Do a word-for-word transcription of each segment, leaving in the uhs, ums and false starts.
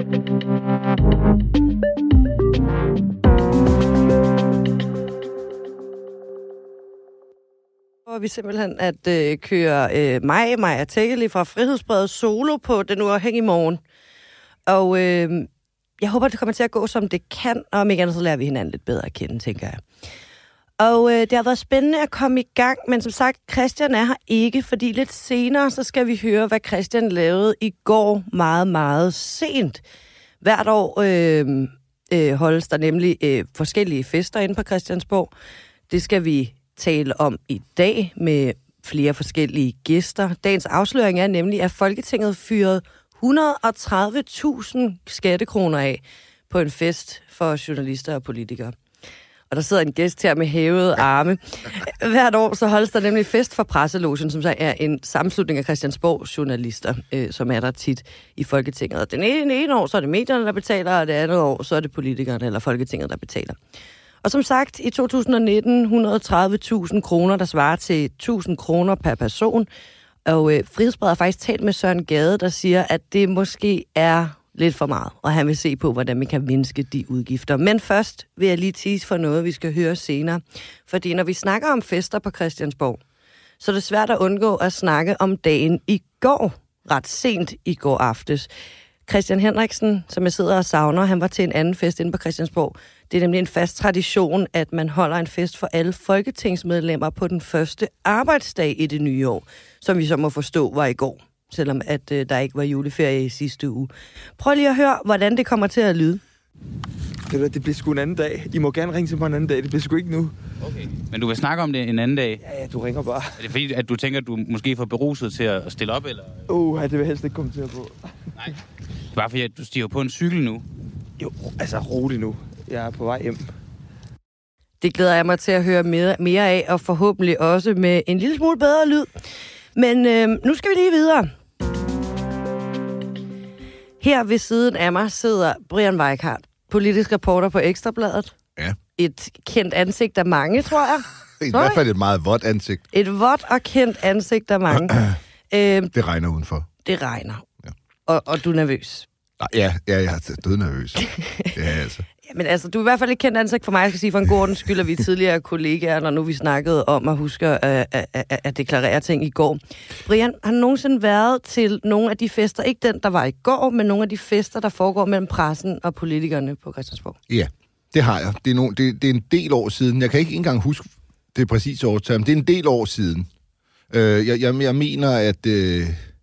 Og vi simpelthen at øh, køre øh, mig, Maja Tekeli fra Frihedsbrevet solo på Den Uafhængige Morgen. Og øh, jeg håber, det kommer til at gå, som det kan, og om ikke andet, så lærer vi hinanden lidt bedre at kende, tænker jeg. Og øh, det har været spændende at komme i gang, men som sagt, Christian er her ikke, fordi lidt senere, så skal vi høre, hvad Christian lavede i går meget, meget sent. Hvert år øh, øh, holdes der nemlig øh, forskellige fester inde på Christiansborg. Det skal vi tale om i dag med flere forskellige gæster. Dagens afsløring er nemlig, at Folketinget fyrede et hundrede og tredive tusind skattekroner af på en fest for journalister og politikere. Og der sidder en gæst her med hævede arme. Hvert år så holdes der nemlig fest for Presselogen, som så er en sammenslutning af Christiansborg journalister, øh, som er der tit i Folketinget. Og den ene, ene år, så er det medierne, der betaler, og det andet år, så er det politikerne eller Folketinget, der betaler. Og som sagt, i to tusind nitten, et hundrede og tredive tusind kroner, der svarer til tusind kroner per person. Og øh, Frihedsbrevet har faktisk talt med Søren Gade, der siger, at det måske er lidt for meget, og han vil se på, hvordan vi kan mindske de udgifter. Men først vil jeg lige tease for noget, vi skal høre senere. Fordi når vi snakker om fester på Christiansborg, så er det svært at undgå at snakke om dagen i går, ret sent i går aftes. Christian Henriksen, som jeg sidder og savner, han var til en anden fest inde på Christiansborg. Det er nemlig en fast tradition, at man holder en fest for alle folketingsmedlemmer på den første arbejdsdag i det nye år, som vi så må forstå var i går, selvom at øh, der ikke var juleferie i sidste uge. Prøv lige at høre, hvordan det kommer til at lyde. Det, det bliver sgu en anden dag. I må gerne ringe til mig en anden dag. Det bliver sgu ikke nu. Okay. Men du vil snakke om det en anden dag? Ja, ja, du ringer bare. Er det fordi, at du tænker, at du måske får beruset til at stille op, eller? Uh, det vil jeg helst ikke komme til at på. Nej. Det er bare fordi, at du stiger på en cykel nu. Jo, altså rolig nu. Jeg er på vej hjem. Det glæder jeg mig til at høre mere, mere af, og forhåbentlig også med en lille smule bedre lyd. Men øh, nu skal vi lige videre. Her ved siden af mig sidder Brian Weikart, politisk reporter på Ekstrabladet. Ja. Et kendt ansigt af mange, tror jeg. I hvert fald et meget vådt ansigt. Et vådt og kendt ansigt af mange. øhm, det regner udenfor. Det regner. Ja. Og, og du er nervøs. Ja, ja, jeg er dødnervøs. Ja, altså. Men altså, du er i hvert fald ikke kendt ansigt for mig. Jeg skal sige, for en god ordens skyld, at vi tidligere kollegaer, når nu vi snakkede om at huske at, at, at, at deklarere ting i går. Brian, har du nogensinde været til nogle af de fester, ikke den, der var i går, men nogle af de fester, der foregår mellem pressen og politikerne på Christiansborg? Ja, det har jeg. Det er, no, det, det er en del år siden. Jeg kan ikke engang huske det præcise årstal, men det er en del år siden. Øh, jeg, jeg, jeg mener, at, øh,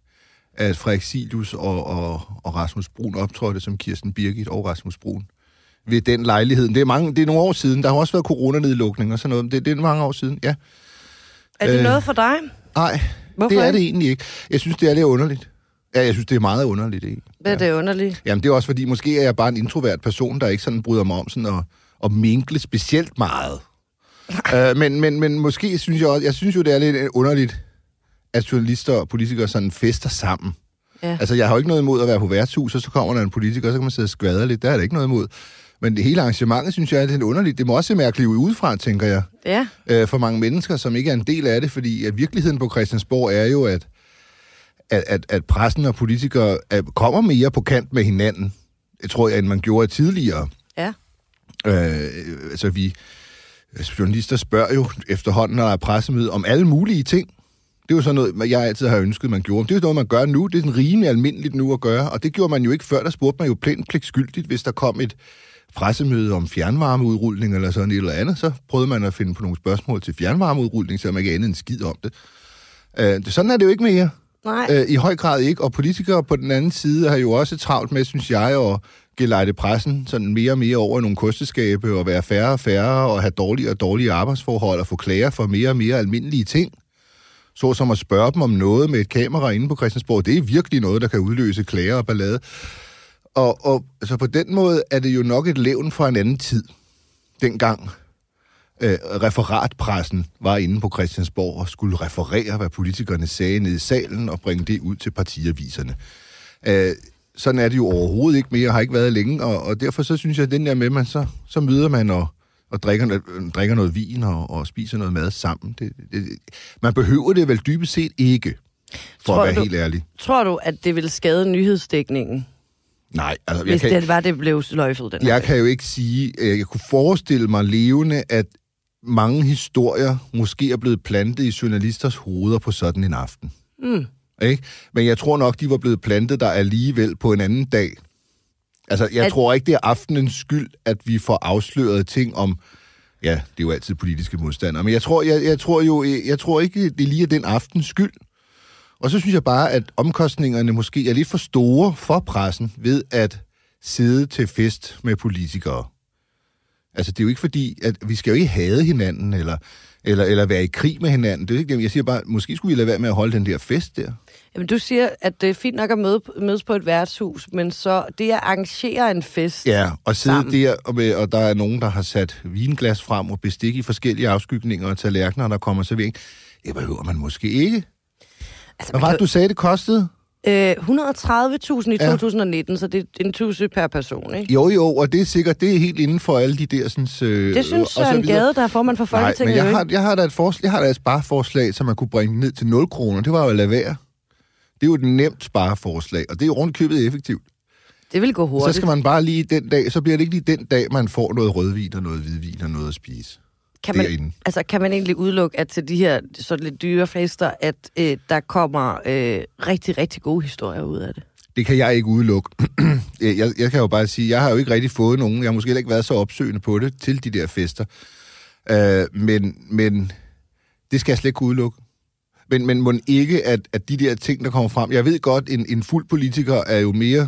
at Frederik Silius og, og, og Rasmus Brun optrådte som Kirsten Birgit og Rasmus Brun ved den lejlighed. Det er, mange, det er nogle år siden. Der har også været coronanedlukning og sådan noget. Det, det er mange år siden, ja. Er det øh, noget for dig? Nej, Hvorfor det er ikke? det egentlig ikke. Jeg synes, det er lidt underligt. Ja, jeg synes, det er meget underligt, ikke? Hvad er det underligt? Jamen, det er også fordi, måske er jeg bare en introvert person, der ikke sådan bryder mig om sådan at, at minkle specielt meget. uh, men, men, men måske synes jeg også, jeg synes jo, det er lidt underligt, at journalister og politikere sådan fester sammen. Ja. Altså, jeg har jo ikke noget imod at være på værtshus, og så kommer der en politiker, og så kan man sidde og skvadre lidt. Der er der ikke noget imod. Men det hele arrangementet, synes jeg, er lidt underligt. Det må også se mærkeligt ud udefra, tænker jeg. Ja. Uh, for mange mennesker, som ikke er en del af det, fordi at virkeligheden på Christiansborg er jo, at At, at, at pressen og politikere at, kommer mere på kant med hinanden, jeg tror jeg, end man gjorde tidligere. Ja. Øh, altså vi journalister spørger jo efterhånden, når der er pressemøde, om alle mulige ting. Det er jo sådan noget, jeg altid har ønsket, man gjorde. Det er jo noget, man gør nu. Det er sådan rimelig almindeligt nu at gøre, og det gjorde man jo ikke før. Der spurgte man jo pænt pligtskyldigt, hvis der kom et pressemøde om fjernvarmeudrulning eller sådan et eller andet, så prøvede man at finde på nogle spørgsmål til fjernvarmeudrulning, så man ikke andet en skid om det. Øh, sådan er det jo ikke mere. Nej. Øh, I høj grad ikke, og politikere på den anden side har jo også travlt med, synes jeg, at gelejte pressen sådan mere og mere over i nogle kosteskabe, og være færre og færre, og have dårlige og dårlige arbejdsforhold, og få klager for mere og mere almindelige ting. Så som at spørge dem om noget med et kamera inde på Christiansborg, det er virkelig noget, der kan udløse klager og ballade. Og, og så på den måde er det jo nok et levn fra en anden tid, dengang Øh, referatpressen var inde på Christiansborg og skulle referere, hvad politikerne sagde nede i salen og bringe det ud til partiaviserne. Øh, sådan er det jo overhovedet ikke mere, har ikke været længe, og, og derfor så synes jeg, at den der med, man så, så møder man og, og drikker, drikker noget vin og, og spiser noget mad sammen. Det, det, man behøver det vel dybest set ikke, for tror at være du, helt ærlig. Tror du, at det vil skade nyhedsdækningen? Nej, altså... Hvis jeg kan, det var, det blev sløjfet, den Jeg kan jo ikke sige... Jeg kunne forestille mig levende, at mange historier måske er blevet plantet i journalisters hoveder på sådan en aften. Mm. Ikke? Men jeg tror nok, de var blevet plantet der alligevel på en anden dag. Altså, jeg at... tror ikke, det er aftenens skyld, at vi får afsløret ting om... Ja, det er jo altid politiske modstandere, men jeg tror, jeg, jeg tror jo jeg tror ikke, det lige er den aftens skyld. Og så synes jeg bare, at omkostningerne måske er lidt for store for pressen ved at sidde til fest med politikere. Altså, det er jo ikke fordi, at vi skal jo ikke hade hinanden, eller, eller, eller være i krig med hinanden. Det er ikke det. Jeg siger bare, måske skulle vi lade være med at holde den der fest der. Jamen, du siger, at det er fint nok at møde, mødes på et værtshus, men så det at arrangere en fest. Ja, og sidde sammen. der, og, med, og der er nogen, der har sat vinglas frem og bestik i forskellige afskygninger og tallerkener, der kommer servering. Det behøver man måske ikke. Altså, Hvad var det, du sagde, det kostede? Øh, et hundrede og tredive tusind i Ja. to tusind og nitten, så det er en tusind per person, ikke? Jo, jo, og det er sikkert, det er helt inden for alle de der... Sådan, øh, Det synes Søren Gade, der er formand for Folketinget. Nej, men jeg har, jeg har da et forslag, jeg har da et spareforslag, som man kunne bringe ned til nul kroner. Det var jo at lade være. Det er jo et nemt spareforslag, og det er jo rundt købet effektivt. Det vil gå hurtigt. Så skal man bare lige den dag, så bliver det ikke lige den dag, man får noget rødvin og noget hvidvin og noget at spise. Kan man, derinde. altså, kan man egentlig udelukke, at til de her så lidt dyre fester, at øh, der kommer øh, rigtig, rigtig gode historier ud af det? Det kan jeg ikke udelukke. jeg, jeg kan jo bare sige, jeg har jo ikke rigtig fået nogen, jeg har måske heller ikke været så opsøgende på det, til de der fester. Øh, men, men det skal jeg slet ikke kunne udelukke. Men, men må ikke, at, at de der ting, der kommer frem... Jeg ved godt, en, en fuld politiker er jo mere...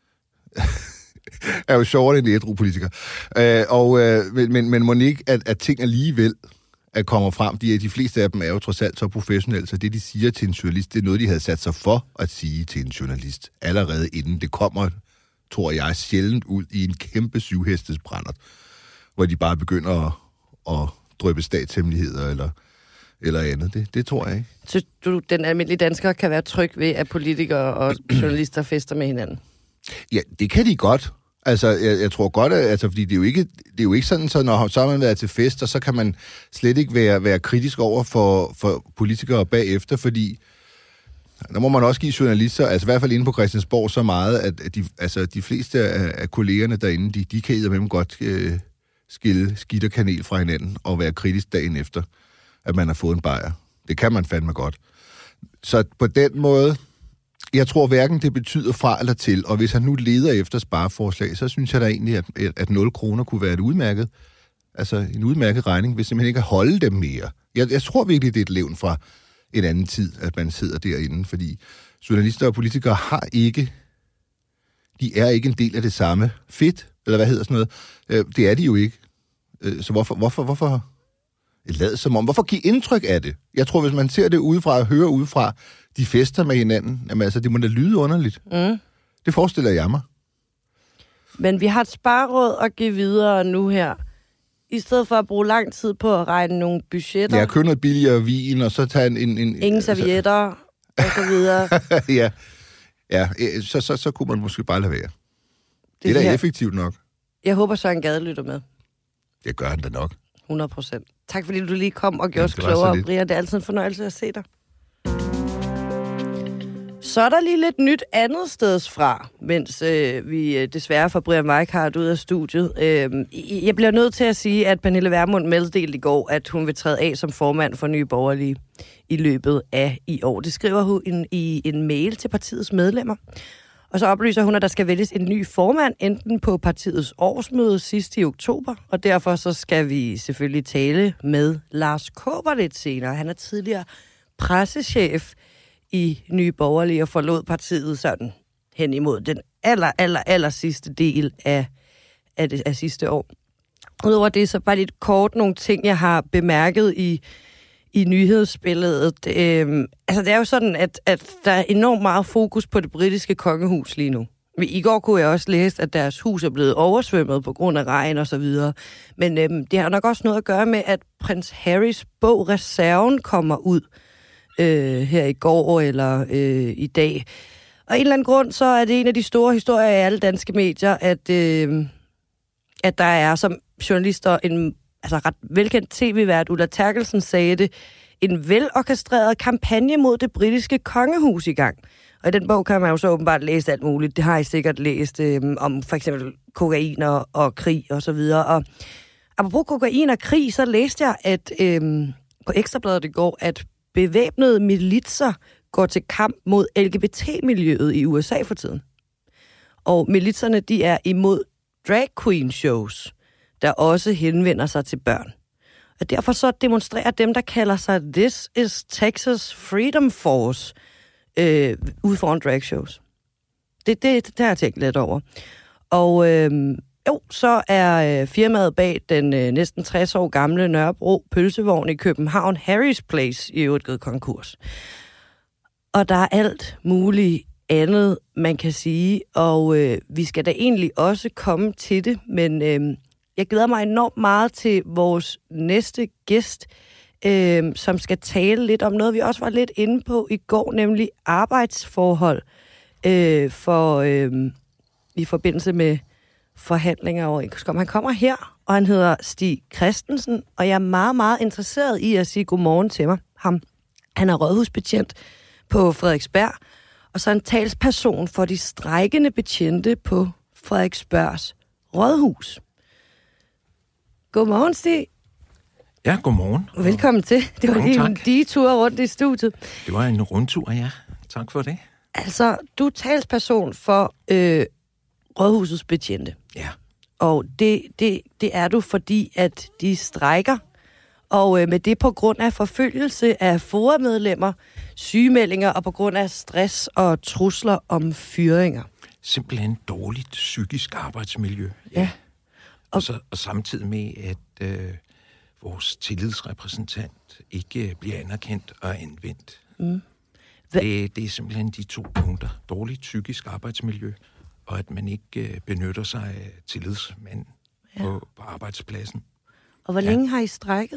er jo sjovere end en ædru politiker. Øh, og, øh, men, men må ikke, at, at ting alligevel at kommer frem. De, de fleste af dem er jo trods alt så professionelle, så det, de siger til en journalist, det er noget, de havde sat sig for at sige til en journalist. Allerede inden det kommer, tror jeg, sjældent ud i en kæmpe syvhestes brændert, hvor de bare begynder at, at drøbe statshemmeligheder eller, eller andet. Det, det tror jeg ikke. Synes du, den almindelige dansker kan være tryg ved, at politikere og journalister fester med hinanden? Ja, det kan de godt. Altså, jeg, jeg tror godt, at, altså, fordi det er jo ikke, det er jo ikke sådan, så når så har man været til fest, og så kan man slet ikke være, være kritisk over for, for politikere bagefter, fordi der må man også give journalister, altså i hvert fald inde på Christiansborg, så meget, at de, altså, de fleste af, af kollegerne derinde, de, de kan eddermame godt øh, skille skidt og kanel fra hinanden og være kritisk dagen efter, at man har fået en bajer. Det kan man fandme godt. Så på den måde... Jeg tror hverken det betyder fra eller til, og hvis han nu leder efter spareforslag, så synes jeg da egentlig, at, at nul kroner kunne være et udmærket, altså en udmærket regning, hvis simpelthen ikke kan holde dem mere. Jeg, jeg tror virkelig, det er et levn fra en anden tid, at man sidder derinde, fordi journalister og politikere har ikke, de er ikke en del af det samme fedt, eller hvad hedder sådan noget. Det er de jo ikke. Så hvorfor, hvorfor, hvorfor lad som om, hvorfor give indtryk af det? Jeg tror, hvis man ser det udefra og hører udefra, de fester med hinanden, jamen altså, det må da lyde underligt. Mm. Det forestiller jeg mig. Men vi har et spareråd at give videre nu her. I stedet for at bruge lang tid på at regne nogle budgetter. Ja, købe noget billigere vin, og så tage en... en, en Ingen servietter, og så videre. ja, ja så, så, så kunne man måske bare lade være. Det, det er da her. Effektivt nok. Jeg håber, Søren Gade lytter med. Det gør han da nok. hundrede procent. Tak fordi du lige kom og gjorde os klogere, Brian. Det er altid en fornøjelse at se dig. Så er der lige lidt nyt andet steds fra, mens øh, vi øh, desværre får Brian Weikart ud af studiet. Øh, jeg bliver nødt til at sige, at Pernille Vermund meddelte i går, at hun vil træde af som formand for Nye Borgerlige i løbet af i år. Det skriver hun i en mail til partiets medlemmer. Og så oplyser hun, at der skal vælges en ny formand, enten på partiets årsmøde sidst i oktober, og derfor så skal vi selvfølgelig tale med Lars Kaaber lidt senere. Han er tidligere pressechef i Nye Borgerlige og forlod partiet sådan hen imod den aller, aller, aller sidste del af, af, det, af sidste år. Udover det, så bare lidt kort nogle ting, jeg har bemærket i, i nyhedsbilledet. Øhm, altså, det er jo sådan, at, at der er enormt meget fokus på det britiske kongehus lige nu. I går kunne jeg også læse, at deres hus er blevet oversvømmet på grund af regn og så videre. Men øhm, det har nok også noget at gøre med, at prins Harrys bog Reserven kommer ud øh, her i går eller øh, i dag. Og af en eller anden grund, så er det en af de store historier i alle danske medier, at, øh, at der er som journalister en altså ret velkendt tv-vært, Ulla Terkelsen sagde det, en velorkestreret kampagne mod det britiske kongehus i gang. Og i den bog kan man jo så åbenbart læse alt muligt. Det har I sikkert læst øh, om for eksempel kokain og, og krig og så videre. Og apropos kokain og krig, så læste jeg, at øh, på Ekstrabladet i går, at bevæbnede militser går til kamp mod L G B T-miljøet i U S A for tiden. Og militserne, de er imod drag queen shows, der også henvender sig til børn. Og derfor så demonstrerer dem, der kalder sig This is Texas Freedom Force, øh, ude foran drag shows. Det, det, det har jeg tænkt lidt over. Og øh, jo, så er øh, firmaet bag den øh, næsten tres år gamle Nørrebro pølsevogn i København, Harry's Place, i øvrigt gået konkurs. Og der er alt muligt andet, man kan sige, og øh, vi skal da egentlig også komme til det, men øh, jeg glæder mig enormt meget til vores næste gæst, øh, som skal tale lidt om noget, vi også var lidt inde på i går, nemlig arbejdsforhold øh, for, øh, i forbindelse med forhandlinger over. Han kommer her, og han hedder Stig Christensen, og jeg er meget, meget interesseret i at sige godmorgen til mig. Ham. Han er rådhusbetjent på Frederiksberg, og så en talsperson for de strejkende betjente på Frederiksbergs Rådhus. Godmorgen, Stig. Ja, godmorgen. Velkommen til. Det var lige en detur rundt i studiet. Det var en rundtur, ja. Tak for det. Altså, du er talsperson for øh, Rådhusets betjente. Ja. Og det, det, det er du, fordi at de strejker. Og øh, med det på grund af forfølgelse af forumedlemmer, sygemeldinger og på grund af stress og trusler om fyringer. Simpelthen dårligt psykisk arbejdsmiljø. Ja. ja. Og, og, så, og samtidig med, at øh, vores tillidsrepræsentant ikke bliver anerkendt og anvendt. Mm. Det, det er simpelthen de to punkter. Dårligt psykisk arbejdsmiljø, og at man ikke øh, benytter sig af tillidsmanden ja. på, på arbejdspladsen. Og hvor længe ja. har I strejket?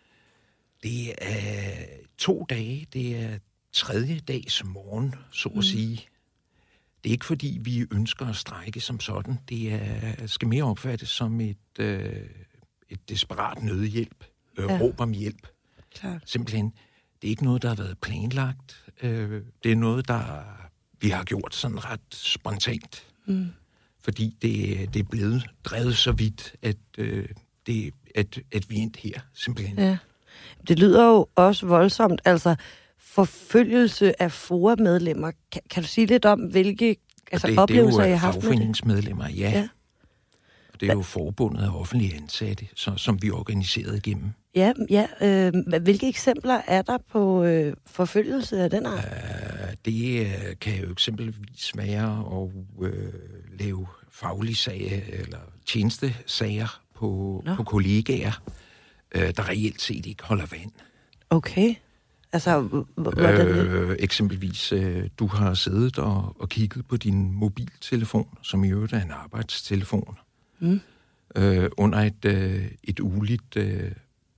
Det er to dage. Det er tredje dags morgen, så at mm. sige. Det er ikke fordi, vi ønsker at strejke som sådan. Det er, skal mere opfattes som et, øh, et desperat nødhjælp. Øh, ja. Råb om hjælp. Klart. Simpelthen. Det er ikke noget, der har været planlagt. Øh, det er noget, der vi har gjort sådan ret spontant. Mm. Fordi det, det er blevet drevet så vidt, at, øh, det, at, at vi endte her, simpelthen. Ja. Det lyder jo også voldsomt. Altså, forfølgelse af forumedlemmer. Kan, kan du sige lidt om, hvilke altså, det, oplevelser det I har haft med det? Det er jo fagforeningsmedlemmer, ja. ja. Og det er Hva? jo forbundet af offentlige ansatte, så, som vi organiserede igennem. Ja, ja øh, hvilke eksempler er der på øh, forfølgelse af den art? Uh, det uh, kan jo eksempelvis være at uh, lave faglige sager eller tjenestesager på, på kollegaer, uh, der reelt set ikke holder vand. Okay. Altså, hvordan øh, eksempelvis, øh, du har siddet og, og kigget på din mobiltelefon, som i øvrigt er en arbejdstelefon, mm. øh, under et, øh, et ugeligt øh,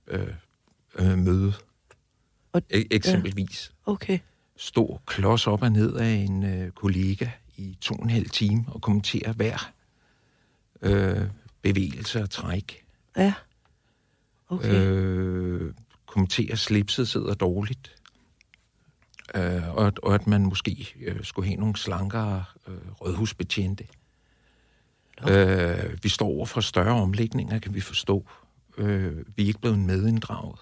øh, møde. Og, e- eksempelvis. Ja. Okay. Stå klods op og ned af en øh, kollega i to og en halv time og kommentere hver øh, bevægelse og træk. Ja. Okay. Øh, kommentere, at slipset sidder dårligt, øh, og, og at man måske øh, skulle have nogle slankere øh, rådhusbetjente. Okay. Øh, vi står over for større omlægninger, kan vi forstå. Øh, vi er ikke blevet medinddraget.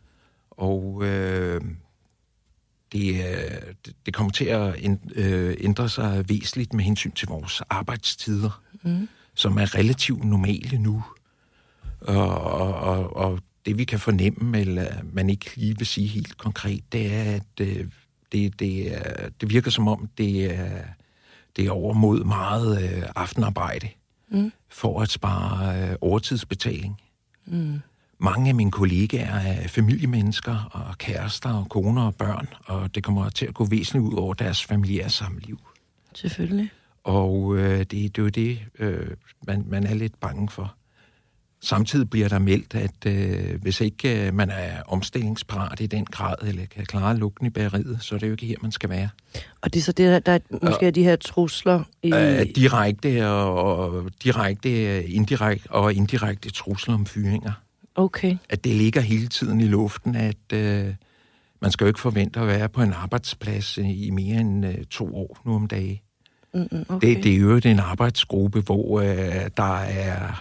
Og øh, det, det, det kommer til at ændre sig væsentligt med hensyn til vores arbejdstider, mm. som er relativt normale nu. Og, og, og det vi kan fornemme, eller man ikke lige vil sige helt konkret, det er, at det, det, det, er, det virker som om, det er, det er over mod meget øh, aftenarbejde mm. for at spare øh, overtidsbetaling. Mm. Mange af mine kollegaer er familiemennesker og kærester og koner og børn, og det kommer til at gå væsentligt ud over deres familiære samliv. Selvfølgelig. Og øh, det, det er jo det, øh, man, man er lidt bange for. Samtidig bliver der meldt, at øh, hvis ikke øh, man er omstillingsparat i den grad, eller kan klare lugten i bageriet, så er det jo ikke her, man skal være. Og det er så det, der er måske er de her trusler i... Øh, direkte og, og direkte, indirekte og indirekte trusler om fyringer. Okay. At det ligger hele tiden i luften, at, øh, Man skal jo ikke forvente at være på en arbejdsplads i mere end øh, to år nu om dagen. Mm, okay. Det, det er jo en arbejdsgruppe, hvor øh, der er...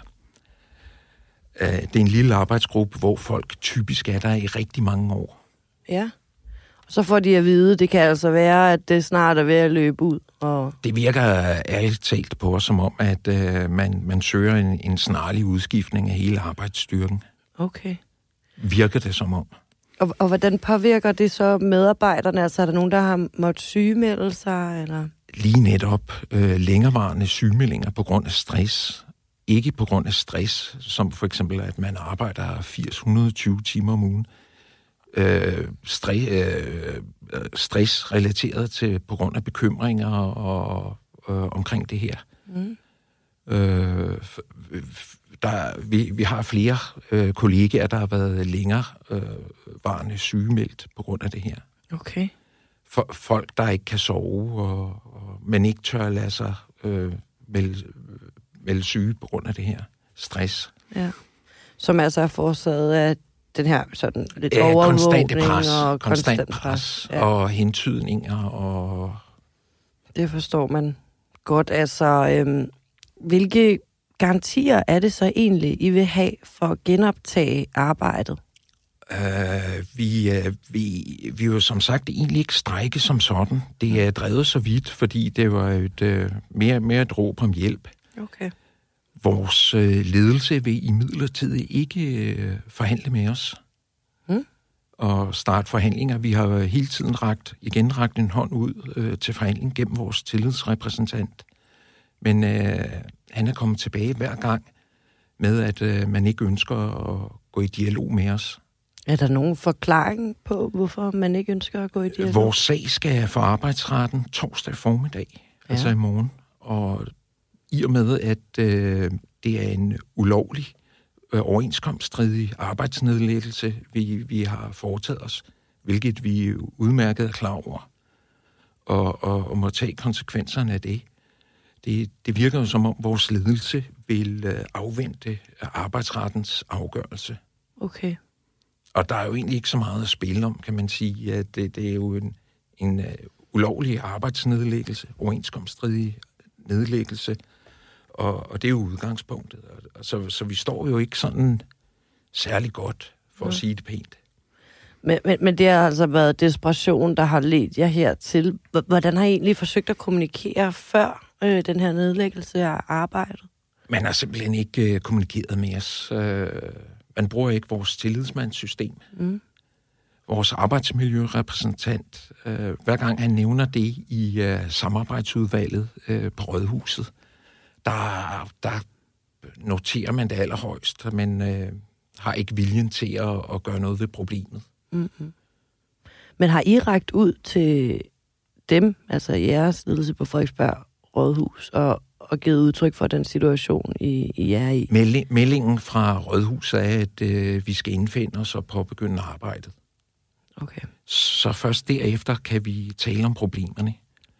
Øh, det er en lille arbejdsgruppe, hvor folk typisk er der i rigtig mange år. Ja. Og så får de at vide, det kan altså være, at det snart er ved at løbe ud. Og... Det virker ærligt talt på os som om, at øh, man, man søger en, en snarlig udskiftning af hele arbejdsstyrken. Okay. Virker det som om. Og, og hvordan påvirker det så medarbejderne? Altså er der nogen, der har måttet sygemelde sig? Eller? Lige netop øh, længerevarende sygemeldinger på grund af stress. Ikke på grund af stress, som for eksempel, at man arbejder firs til hundrede og tyve timer om ugen. Øh, stress, øh, stress relateret til på grund af bekymringer og, øh, omkring det her. Mm. Øh, der, vi, vi har flere øh, kollegaer, der har været længere øh, varende sygemeldt på grund af det her. Okay. For, folk, der ikke kan sove, og, og, men ikke tør lade sig øh, melde, melde syge på grund af det her stress. Ja. Som altså er forårsaget af den her sådan lidt ja, overvågning konstante pres, og konstant konstant pres, pres. Ja. Og hentydninger. Og... Det forstår man godt. Altså, øhm, hvilke garantier er det så egentlig, I vil have for at genoptage arbejdet? Uh, vi, uh, vi, vi er jo som sagt egentlig ikke strejke som sådan. Det er drevet så vidt, fordi det var et, uh, mere, mere et råb om hjælp. Okay. Vores uh, ledelse vil imidlertid ikke uh, forhandle med os. Hmm? Og starte forhandlinger. Vi har hele tiden rakt, igen rakt en hånd ud uh, til forhandling gennem vores tillidsrepræsentant. Men uh, han er kommet tilbage hver gang med, at uh, man ikke ønsker at gå i dialog med os. Er der nogen forklaring på, hvorfor man ikke ønsker at gå i dialog? Vores sag skal for arbejdsretten torsdag formiddag, ja. Altså i morgen. Og i og med, at øh, det er en ulovlig, øh, overenskomststridig arbejdsnedlæggelse, vi, vi har foretaget os, hvilket vi udmærket er klar over, og, og, og må tage konsekvenserne af det. Det, det virker jo som om, vores ledelse vil øh, afvente arbejdsrettens afgørelse. Okay. Og der er jo egentlig ikke så meget at spille om, kan man sige. At det, det er jo en, en uh, ulovlig arbejdsnedlæggelse, overenskomststridig nedlæggelse, og, og det er jo udgangspunktet. Og, så, så vi står jo ikke sådan særlig godt, for ja. At sige det pænt. Men, men, men det har altså været desperation, der har ledt jer hertil. Hvordan har I egentlig forsøgt at kommunikere før øh, den her nedlæggelse af arbejdet? Man har simpelthen ikke uh, kommunikeret med os. Uh, Man bruger ikke vores tillidsmandssystem. Mm. Vores arbejdsmiljørepræsentant, øh, hver gang han nævner det i øh, samarbejdsudvalget øh, på Rådhuset, der, der noterer man det allerhøjst, men øh, har ikke viljen til at, at gøre noget ved problemet. Mm-hmm. Men har I rakt ud til dem, altså jeres ledelse på Frederiksberg Rådhus, og og givet udtryk for den situation, I, I er i? Meldingen fra Rådhuset er, at øh, vi skal indfinde os og påbegynde arbejdet. Okay. Så først derefter kan vi tale om problemerne.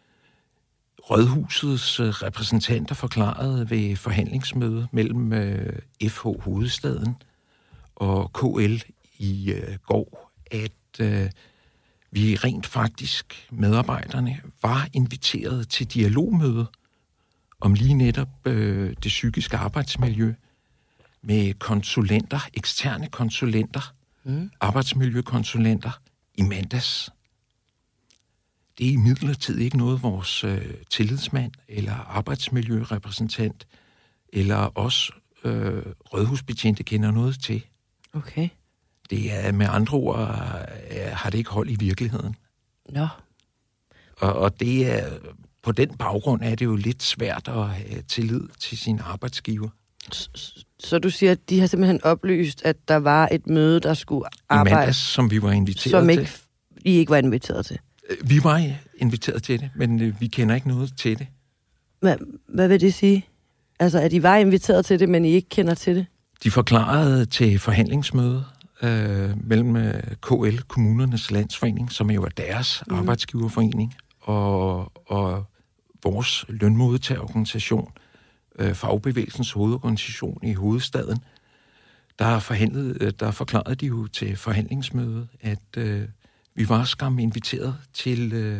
Rådhusets øh, repræsentanter forklarede ved forhandlingsmødet mellem øh, F H Hovedstaden og K L i øh, går, at øh, vi rent faktisk, medarbejderne, var inviteret til dialogmøde om lige netop øh, det psykiske arbejdsmiljø med konsulenter, eksterne konsulenter, mm. arbejdsmiljøkonsulenter i mandags. Det er imidlertid ikke noget, vores øh, tillidsmand eller arbejdsmiljørepræsentant eller os øh, rådhusbetjente kender noget til. Okay. Det er med andre ord, øh, har det ikke hold i virkeligheden. Nå. Og, og det er... På den baggrund er det jo lidt svært at have tillid til sin arbejdsgiver. Så, så du siger, at de har simpelthen oplyst, at der var et møde, der skulle arbejde... I mandags, som vi var inviteret som ikke, til. I ikke var inviteret til? Vi var inviteret til det, men vi kender ikke noget til det. Hvad, hvad vil det sige? Altså, at I var inviteret til det, men I ikke kender til det? De forklarede til forhandlingsmøde øh, mellem K L, Kommunernes Landsforening, som jo er deres mm. arbejdsgiverforening, og, og vores lønmodtagerorganisation, øh, Fagbevægelsens hovedorganisation i hovedstaden, der har forhandlet, der forklarede de jo til forhandlingsmødet, at øh, Vi var skam inviteret til øh,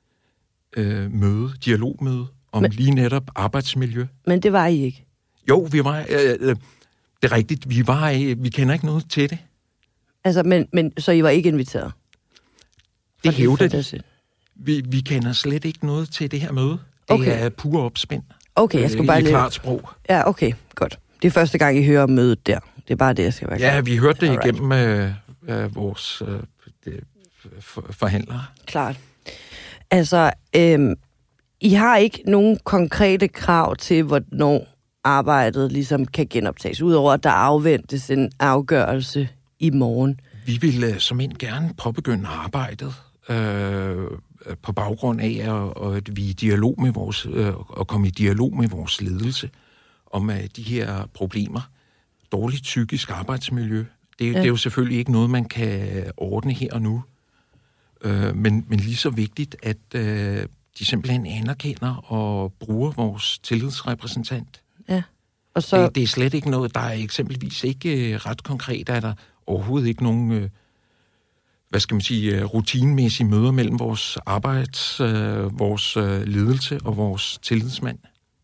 øh, møde, dialogmøde om men, lige netop arbejdsmiljø. Men det var I ikke? Jo, vi var... Øh, øh, det er rigtigt. Vi var... Øh, vi kender ikke noget til det. Altså, men, men så I var ikke inviteret? Det hævder det. Vi, vi kender slet ikke noget til det her møde. Det okay. er pure opspind. Okay, jeg skal bare lige... I klart sprog. Ja, okay, godt. Det er første gang, I hører om mødet der. Det er bare det, jeg skal være klar. Ja, vi hørte det Alright. igennem øh, øh, vores øh, det, for, forhandlere. Klart. Altså, øh, I har ikke nogen konkrete krav til, hvornår arbejdet ligesom kan genoptages, udover at der afventes en afgørelse i morgen. Vi vil øh, som end gerne påbegynde arbejdet øh, på baggrund af, at, at vi er i dialog med vores, øh, og komme i dialog med vores ledelse om uh, de her problemer. Dårligt psykisk arbejdsmiljø. Det, ja. det er jo selvfølgelig ikke noget, man kan ordne her og nu. Øh, men, men lige så vigtigt, at øh, de simpelthen anerkender og bruger vores tillidsrepræsentant. Ja. Og så... det, det er slet ikke noget, der er eksempelvis ikke øh, ret konkret, er der overhovedet ikke nogen, øh, hvad skal man sige, rutinemæssige møder mellem vores arbejds, øh, vores øh, ledelse og vores tillidsmand.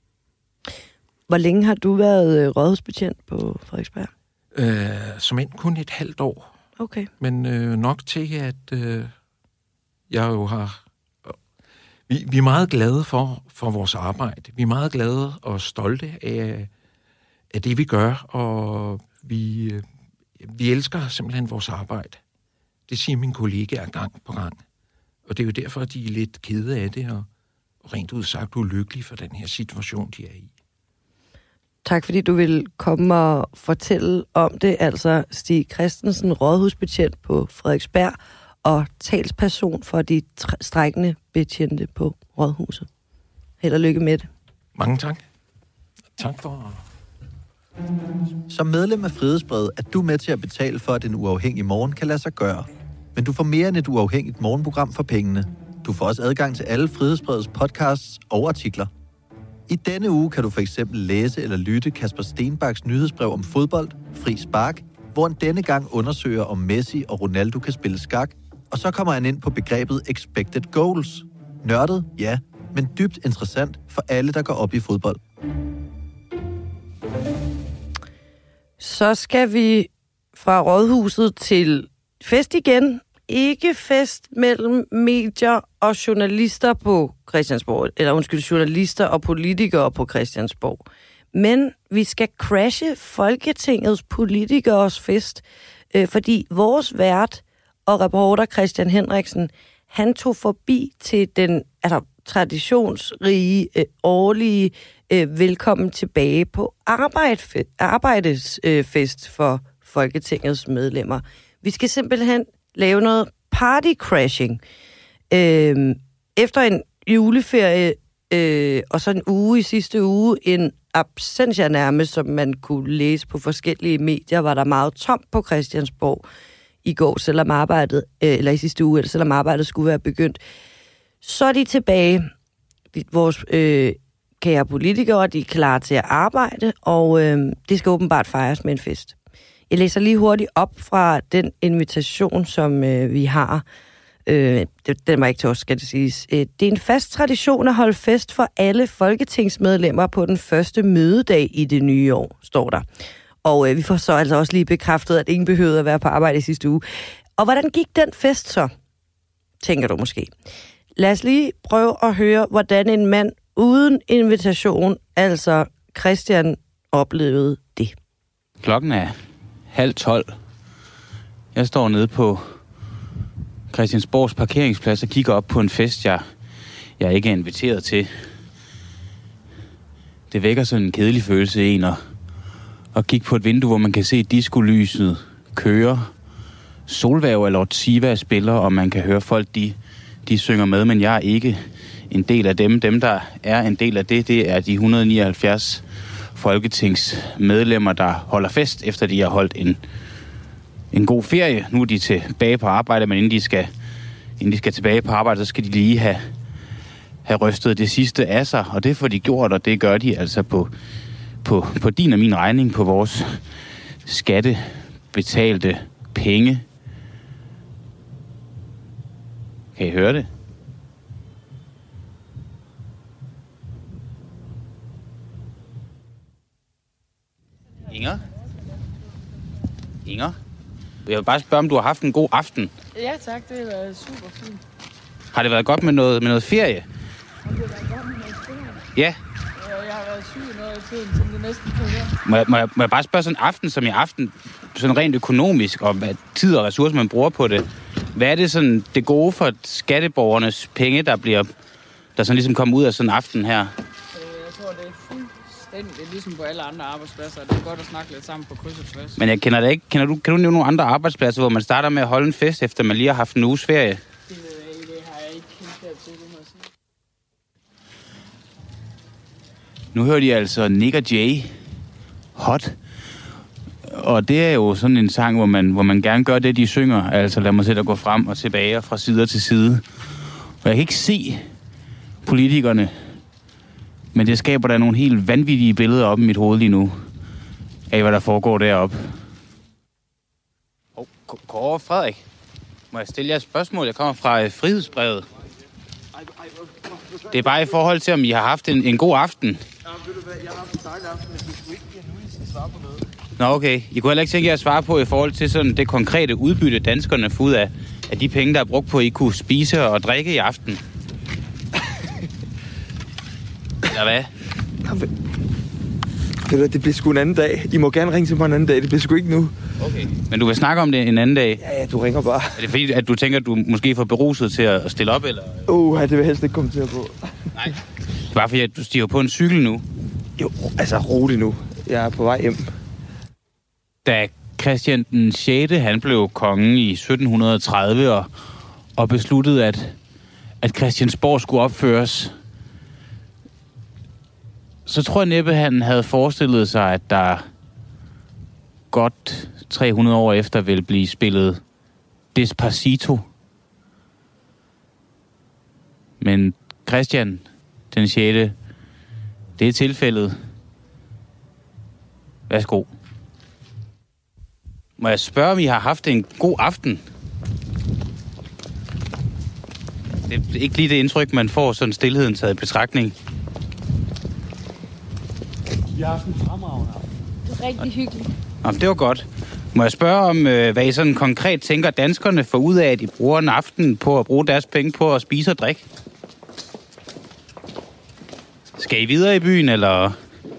Hvor længe har du været øh, rådhusbetjent på Frederiksberg? Øh, som end kun et halvt år. Okay. Men øh, nok til, at øh, jeg jo har... Øh, vi, vi er meget glade for, for vores arbejde. Vi er meget glade og stolte af, af det, vi gør, og vi, øh, vi elsker simpelthen vores arbejde. Det siger mine kollegaer gang på gang. Og det er jo derfor, at de er lidt kede af det, og, og rent ud sagt ulykkelige for den her situation, de er i. Tak fordi du vil komme og fortælle om det. Altså Stig Christensen, rådhusbetjent på Frederiksberg og talsperson for de strejkende betjente på rådhuset. Held og lykke med det. Mange tak. Tak for... Som medlem af Frihedsbrevet er du med til at betale for, at en uafhængig morgen kan lade sig gøre. Men du får mere end et uafhængigt morgenprogram for pengene. Du får også adgang til alle Frihedsbrevets podcasts og artikler. I denne uge kan du for eksempel læse eller lytte Kasper Stenbaks nyhedsbrev om fodbold, fri spark, hvor han denne gang undersøger, om Messi og Ronaldo kan spille skak, og så kommer han ind på begrebet expected goals. Nørdet, ja, men dybt interessant for alle, der går op i fodbold. Så skal vi fra rådhuset til fest igen. Ikke fest mellem medier og journalister på Christiansborg, eller undskyld, journalister og politikere på Christiansborg. Men vi skal crashe Folketingets politikers fest, øh, fordi vores vært og reporter Christian Henriksen, han tog forbi til den altså, traditionsrige, øh, årlige øh, velkommen tilbage på arbejdsfest, arbejdesfest øh, for Folketingets medlemmer. Vi skal simpelthen lave noget party-crashing. Øh, efter en juleferie, øh, og så en uge i sidste uge, en absentia nærmest, som man kunne læse på forskellige medier, var der meget tomt på Christiansborg i går, selvom arbejdet, øh, eller i sidste uge, eller selvom arbejdet skulle være begyndt. Så er de tilbage. Vores øh, kære politikere, de er klar til at arbejde, og øh, det skal åbenbart fejres med en fest. Jeg læser lige hurtigt op fra den invitation, som øh, vi har. Øh, den var ikke til os, skal det siges. Øh, det er en fast tradition at holde fest for alle folketingsmedlemmer på den første mødedag i det nye år, står der. Og øh, vi får så altså også lige bekræftet, at ingen behøvede at være på arbejde i sidste uge. Og hvordan gik den fest så, tænker du måske? Lad os lige prøve at høre, hvordan en mand uden invitation, altså Christian, oplevede det. Klokken er halv tolv. Jeg står nede på Christiansborgs parkeringsplads og kigger op på en fest, jeg, jeg ikke er inviteret til. Det vækker sådan en kedelig følelse i en at, at kigge på et vindue, hvor man kan se diskolyset køre. Solværv eller Siva spiller, og man kan høre folk, de, de synger med, men jeg er ikke en del af dem. Dem, der er en del af det, det er de et hundrede nioghalvfjerds folketingsmedlemmer, der holder fest, efter de har holdt en, en god ferie. Nu er de tilbage på arbejde, men inden de skal, inden de skal tilbage på arbejde, så skal de lige have, have rystet det sidste af sig, og det får de gjort, og det gør de altså på, på, på din og min regning, på vores skattebetalte penge. Kan I høre det? Inger? Inger? Jeg vil bare spørge, om du har haft en god aften. Ja tak, det har været super fint. Har det været godt med noget, med noget ferie? Har det været godt med noget ferie? Ja. Jeg har været syg noget i tiden, som det næsten kan være. Må jeg, må, jeg, må jeg bare spørge sådan en aften som i aften, sådan rent økonomisk, og hvad tid og ressourcer man bruger på det. Hvad er det sådan det gode for skatteborgernes penge, der bliver der sådan ligesom kommer ud af sådan en aften her? Jeg tror, det er fuldstændig ligesom på alle andre arbejdspladser. Det er godt at snakke lidt sammen på kryds og tværs. Men jeg kender det ikke. Kender du, kan du nævne nogle andre arbejdspladser, hvor man starter med at holde en fest, efter man lige har haft en uges ferie? Det, ved jeg ikke, det har jeg ikke kendt til, det må jeg sige. Nu hører de altså Nick og Jay Hot. Og det er jo sådan en sang, hvor man, hvor man gerne gør det, de synger. Altså lad mig sætte at gå frem og tilbage og fra side til side. Og jeg kan ikke se politikerne, men det skaber der nogle helt vanvittige billeder op i mit hoved lige nu, af hvad der foregår deroppe. Hov, oh, Kåre Frederik, må jeg stille jer et spørgsmål? Jeg kommer fra uh, Frihedsbrevet. Det er bare i forhold til, om I har haft en, en god aften. Ja, ved du hvad, jeg har haft en dejlig aften, men du skulle ikke nu, I skal svare på noget. Nå, okay. I kunne heller ikke tænke jer at svare på i forhold til sådan det konkrete udbytte, danskerne får ud af, af de penge, der er brugt på, at I kunne spise og drikke i aften. Eller hvad? Ved du, det bliver sgu en anden dag. I må gerne ringe til mig en anden dag, det bliver sgu ikke nu. Okay. Men du vil snakke om det en anden dag? Ja, ja, du ringer bare. Er det fordi, at du tænker, at du måske får beruset til at stille op, eller? Uh, det vil jeg helst ikke komme til at på. Nej. Det er bare fordi, at du stiger på en cykel nu. Jo, altså rolig nu. Jeg er på vej hjem. Da Christian den sjette, han blev konge i sytten tredive og, og besluttede, at, at Christiansborg skulle opføres, så tror jeg næppe, han havde forestillet sig, at der godt tre hundrede år efter vil blive spillet Despacito. Men Christian den sjette, det er tilfældet. Værsgo. Må jeg spørge, om I har haft en god aften? Det er ikke lige det indtryk, man får, sådan stillheden taget i betragtning. Vi har haft en fremragende aften. Det er rigtig hyggeligt. Jamen, det var godt. Må jeg spørge om, øh, hvad I sådan konkret tænker, danskerne får ud af, at de bruger en aften på at bruge deres penge på at spise og drikke? Skal I videre i byen, eller?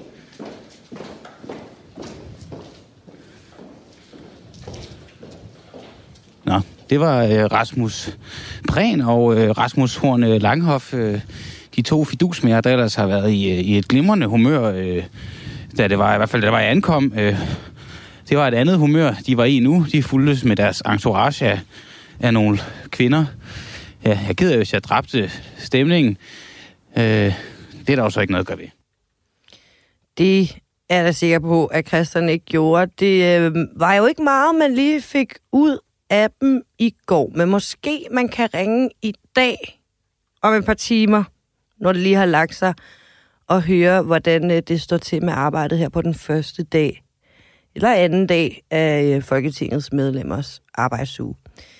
Nå, det var øh, Rasmus Prehn og øh, Rasmus Horn øh, Langhoff, øh, de to fidusmærer, der ellers har været i, øh, i et glimrende humør, øh, da det var i hvert fald, da det var, jeg ankom. Øh, det var et andet humør, de var i nu. De fulgtes med deres entourage af, af nogle kvinder. Ja, jeg gider, hvis jeg dræbte stemningen. Øh, det er der jo så ikke noget at gøre ved. Det er jeg da sikker på, at Christian ikke gjorde. Det øh, var jo ikke meget, man lige fik ud af dem i går. Men måske man kan ringe i dag om et par timer, når det lige har lagt sig, og høre, hvordan øh, det står til med arbejdet her på den første dag, eller anden dag af øh, Folketingets medlemmers arbejdsuge.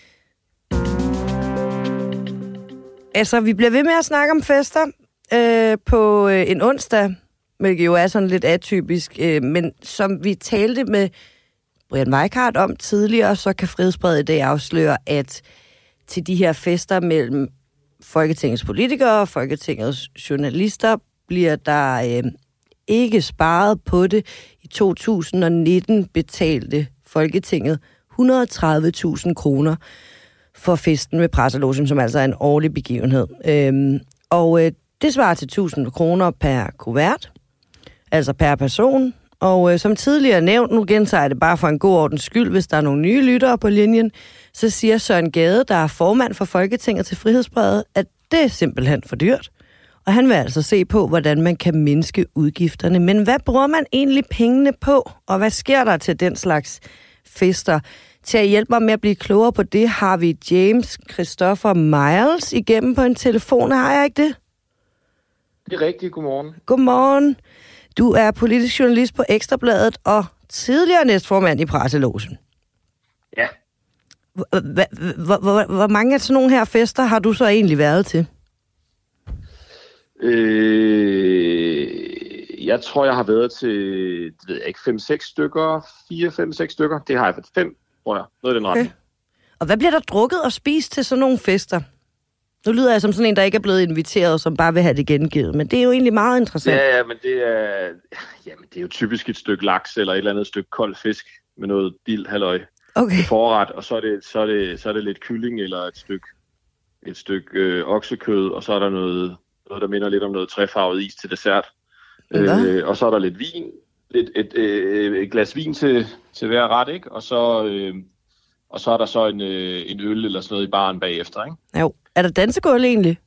Altså, vi bliver ved med at snakke om fester øh, på øh, en onsdag, hvilket jo er sådan lidt atypisk, øh, men som vi talte med Brian Weikart om tidligere, så kan Frihedsbrevet i dag afsløre, at til de her fester mellem Folketingets politikere og Folketingets journalister bliver der øh, ikke sparet på det. I to tusind nitten betalte Folketinget et hundrede og tredive tusind kroner for festen ved Presselogen, som altså er en årlig begivenhed. Øhm, og øh, det svarer til tusind kroner per kuvert, altså per person. Og øh, som tidligere nævnt, nu gentager jeg det bare for en god ordens skyld, hvis der er nogle nye lyttere på linjen, så siger Søren Gade, der er formand for Folketinget til Frihedsbrevet, at det er simpelthen for dyrt. Og han vil altså se på, hvordan man kan mindske udgifterne. Men hvad bruger man egentlig pengene på? Og hvad sker der til den slags fester? Til at hjælpe mig med at blive klogere på det, har vi James Christopher Miles igennem på en telefon. Har jeg ikke det? Det er rigtigt. Godmorgen. Godmorgen. Du er politisk journalist på Ekstrabladet og tidligere næstformand i Presselogen. Ja. Hvor mange af sådan nogle her fester har du så egentlig været til? Øh, jeg tror, jeg har været til, ved jeg ikke, fem seks stykker, fire, fem, seks stykker. Det har jeg været fem, tror jeg. Noget i den retning. Okay. Og hvad bliver der drukket og spist til sådan nogle fester? Nu lyder jeg som sådan en, der ikke er blevet inviteret, som bare vil have det gengivet. Men det er jo egentlig meget interessant. Ja, ja, men det er, jamen, det er jo typisk et stykke laks eller et eller andet stykke kold fisk med noget dild halløj. Okay. Forret, og så er, det, så, er det, så er det lidt kylling eller et stykke, et stykke øh, oksekød, og så er der noget, noget, der minder lidt om noget træfarvet is til dessert. Øh, og så er der lidt vin, et, et, et, et glas vin til, til hver ret, ikke? Og så, øh, og så er der så en, øh, en øl eller sådan noget i baren bagefter, ikke? Jo. Er der dansegulv egentlig?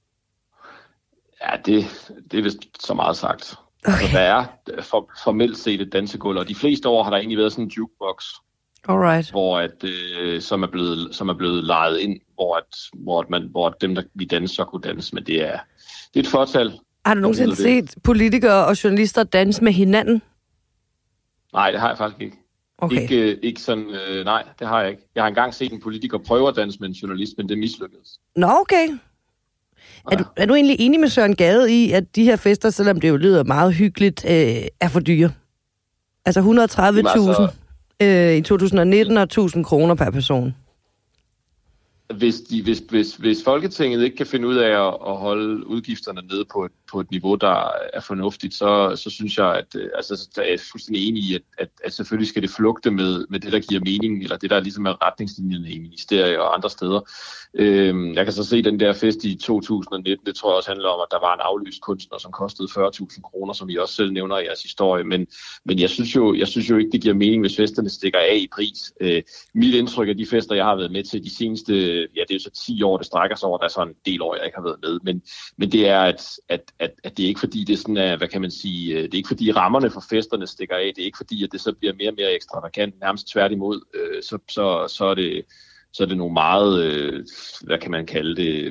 Ja, det, det er vist så meget sagt. Okay. Altså, der er for, formelt set et dansegulv, og de fleste år har der egentlig været sådan en jukebox. Alright. Hvor at, øh, som, er blevet, som er blevet lejet ind, hvor, at, hvor, at man, hvor dem, der vi danser, kunne danse, men det er, det er et fortal. Har du nogensinde set politikere og journalister danse med hinanden? Nej, det har jeg faktisk ikke. Okay. Ikke, øh, ikke sådan, øh, nej, det har jeg ikke. Jeg har engang set en politiker prøve at danse med en journalist, men det mislykkedes. Nå, okay. Ja. Er, du, er du egentlig enig med Søren Gade i, at de her fester, selvom det jo lyder meget hyggeligt, øh, er for dyre? Altså et hundrede og tredive tusind øh, i to tusind nitten og tusind kroner per person. Hvis, de, hvis, hvis, hvis Folketinget ikke kan finde ud af at, at holde udgifterne nede på et, på et niveau, der er fornuftigt, så, så synes jeg, at altså, der er jeg fuldstændig enig i, at, at, at selvfølgelig skal det flugte med, med det, der giver mening, eller det, der ligesom er retningslinjerne i ministerier og andre steder. Øhm, jeg kan så se den der fest i to tusind nitten, det tror jeg også handler om, at der var en aflyst kunstner, som kostede fyrre tusind kroner, som I også selv nævner i jeres historie. Men, men jeg, synes jo, jeg synes jo ikke, det giver mening, hvis festerne stikker af i pris. Øh, mit indtryk af de fester, jeg har været med til de seneste, ja, det er jo så ti år, det strækker sig over, der er så en del år, jeg ikke har været med. Men, men det er, at, at, at, at det er ikke fordi, det er sådan, at, hvad kan man sige, det er ikke fordi rammerne for festerne stikker af, det er ikke fordi, at det så bliver mere og mere ekstravagant, nærmest tværtimod, øh, så, så, så er det så er det nogle meget, øh, hvad kan man kalde det,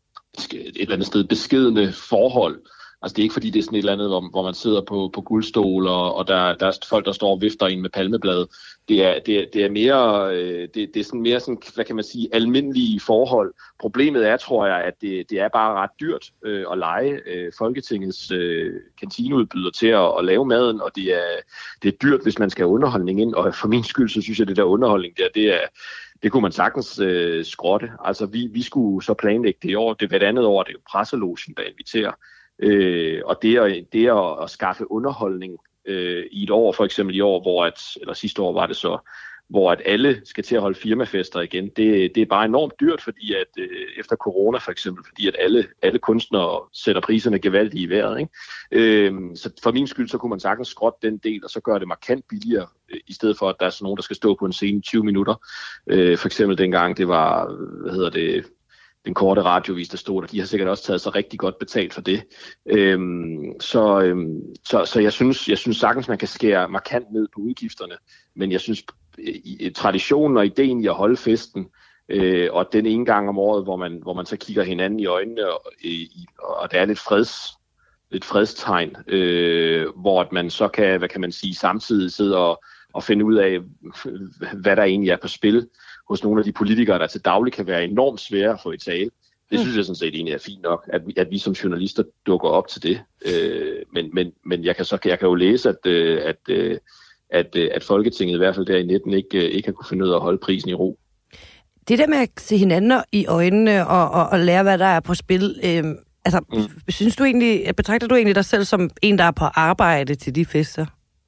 et eller andet sted beskedne forhold. Altså det er ikke fordi, det er sådan et eller andet, hvor, hvor man sidder på, på guldstol, og, og der, der er folk, der står og vifter ind med palmeblade. Det er, det er, det er mere, øh, det, det er sådan mere sådan, hvad kan man sige, almindelige forhold. Problemet er, tror jeg, at det, det er bare ret dyrt øh, at lege øh, Folketingets øh, kantineudbyder til at, at lave maden, og det er, det er dyrt, hvis man skal have underholdning ind. Og for min skyld, så synes jeg, at det der underholdning der, det er Det kunne man sagtens øh, skrotte. Altså, vi, vi skulle så planlægge det i år. Det hvert andet år, det er jo presselogen, der inviterer. Øh, og det at, det at, at skaffe underholdning øh, i et år, for eksempel i år, hvor at, eller sidste år var det så, hvor at alle skal til at holde firmafester igen, det, det er bare enormt dyrt, fordi at øh, efter corona for eksempel, fordi at alle, alle kunstnere sætter priserne gevaldigt i vejret. Ikke? Øh, så for min skyld, så kunne man sagtens skrotte den del, og så gøre det markant billigere, øh, i stedet for at der er sådan nogen, der skal stå på en scene i tyve minutter. Øh, for eksempel dengang det var, hvad hedder det, den korte radiovis, der stod der, de har sikkert også taget sig rigtig godt betalt for det. Øhm, så, øhm, så, så jeg synes, jeg synes sagtens, man kan skære markant ned på udgifterne, men jeg synes, i, traditionen og ideen i at holde festen, øh, og den ene gang om året, hvor man, hvor man så kigger hinanden i øjnene, og, i, og der er lidt freds, lidt fredstegn, øh, hvor man så kan, hvad kan man sige, samtidig sidde og, og finde ud af, hvad der egentlig er på spil hos nogle af de politikere, der til daglig kan være enormt svære at få i tale. Det synes jeg sådan set egentlig er fint nok, at vi, at vi som journalister dukker op til det. Øh, men men, men jeg, kan så, jeg kan jo læse, at, at, at, at Folketinget i hvert fald der i nitten ikke, ikke har kunne finde ud af at holde prisen i ro. Det der med at se hinanden i øjnene og, og, og lære, hvad der er på spil, øh, altså, mm. synes du egentlig, betragter du egentlig dig selv som en, der er på arbejde til de fester?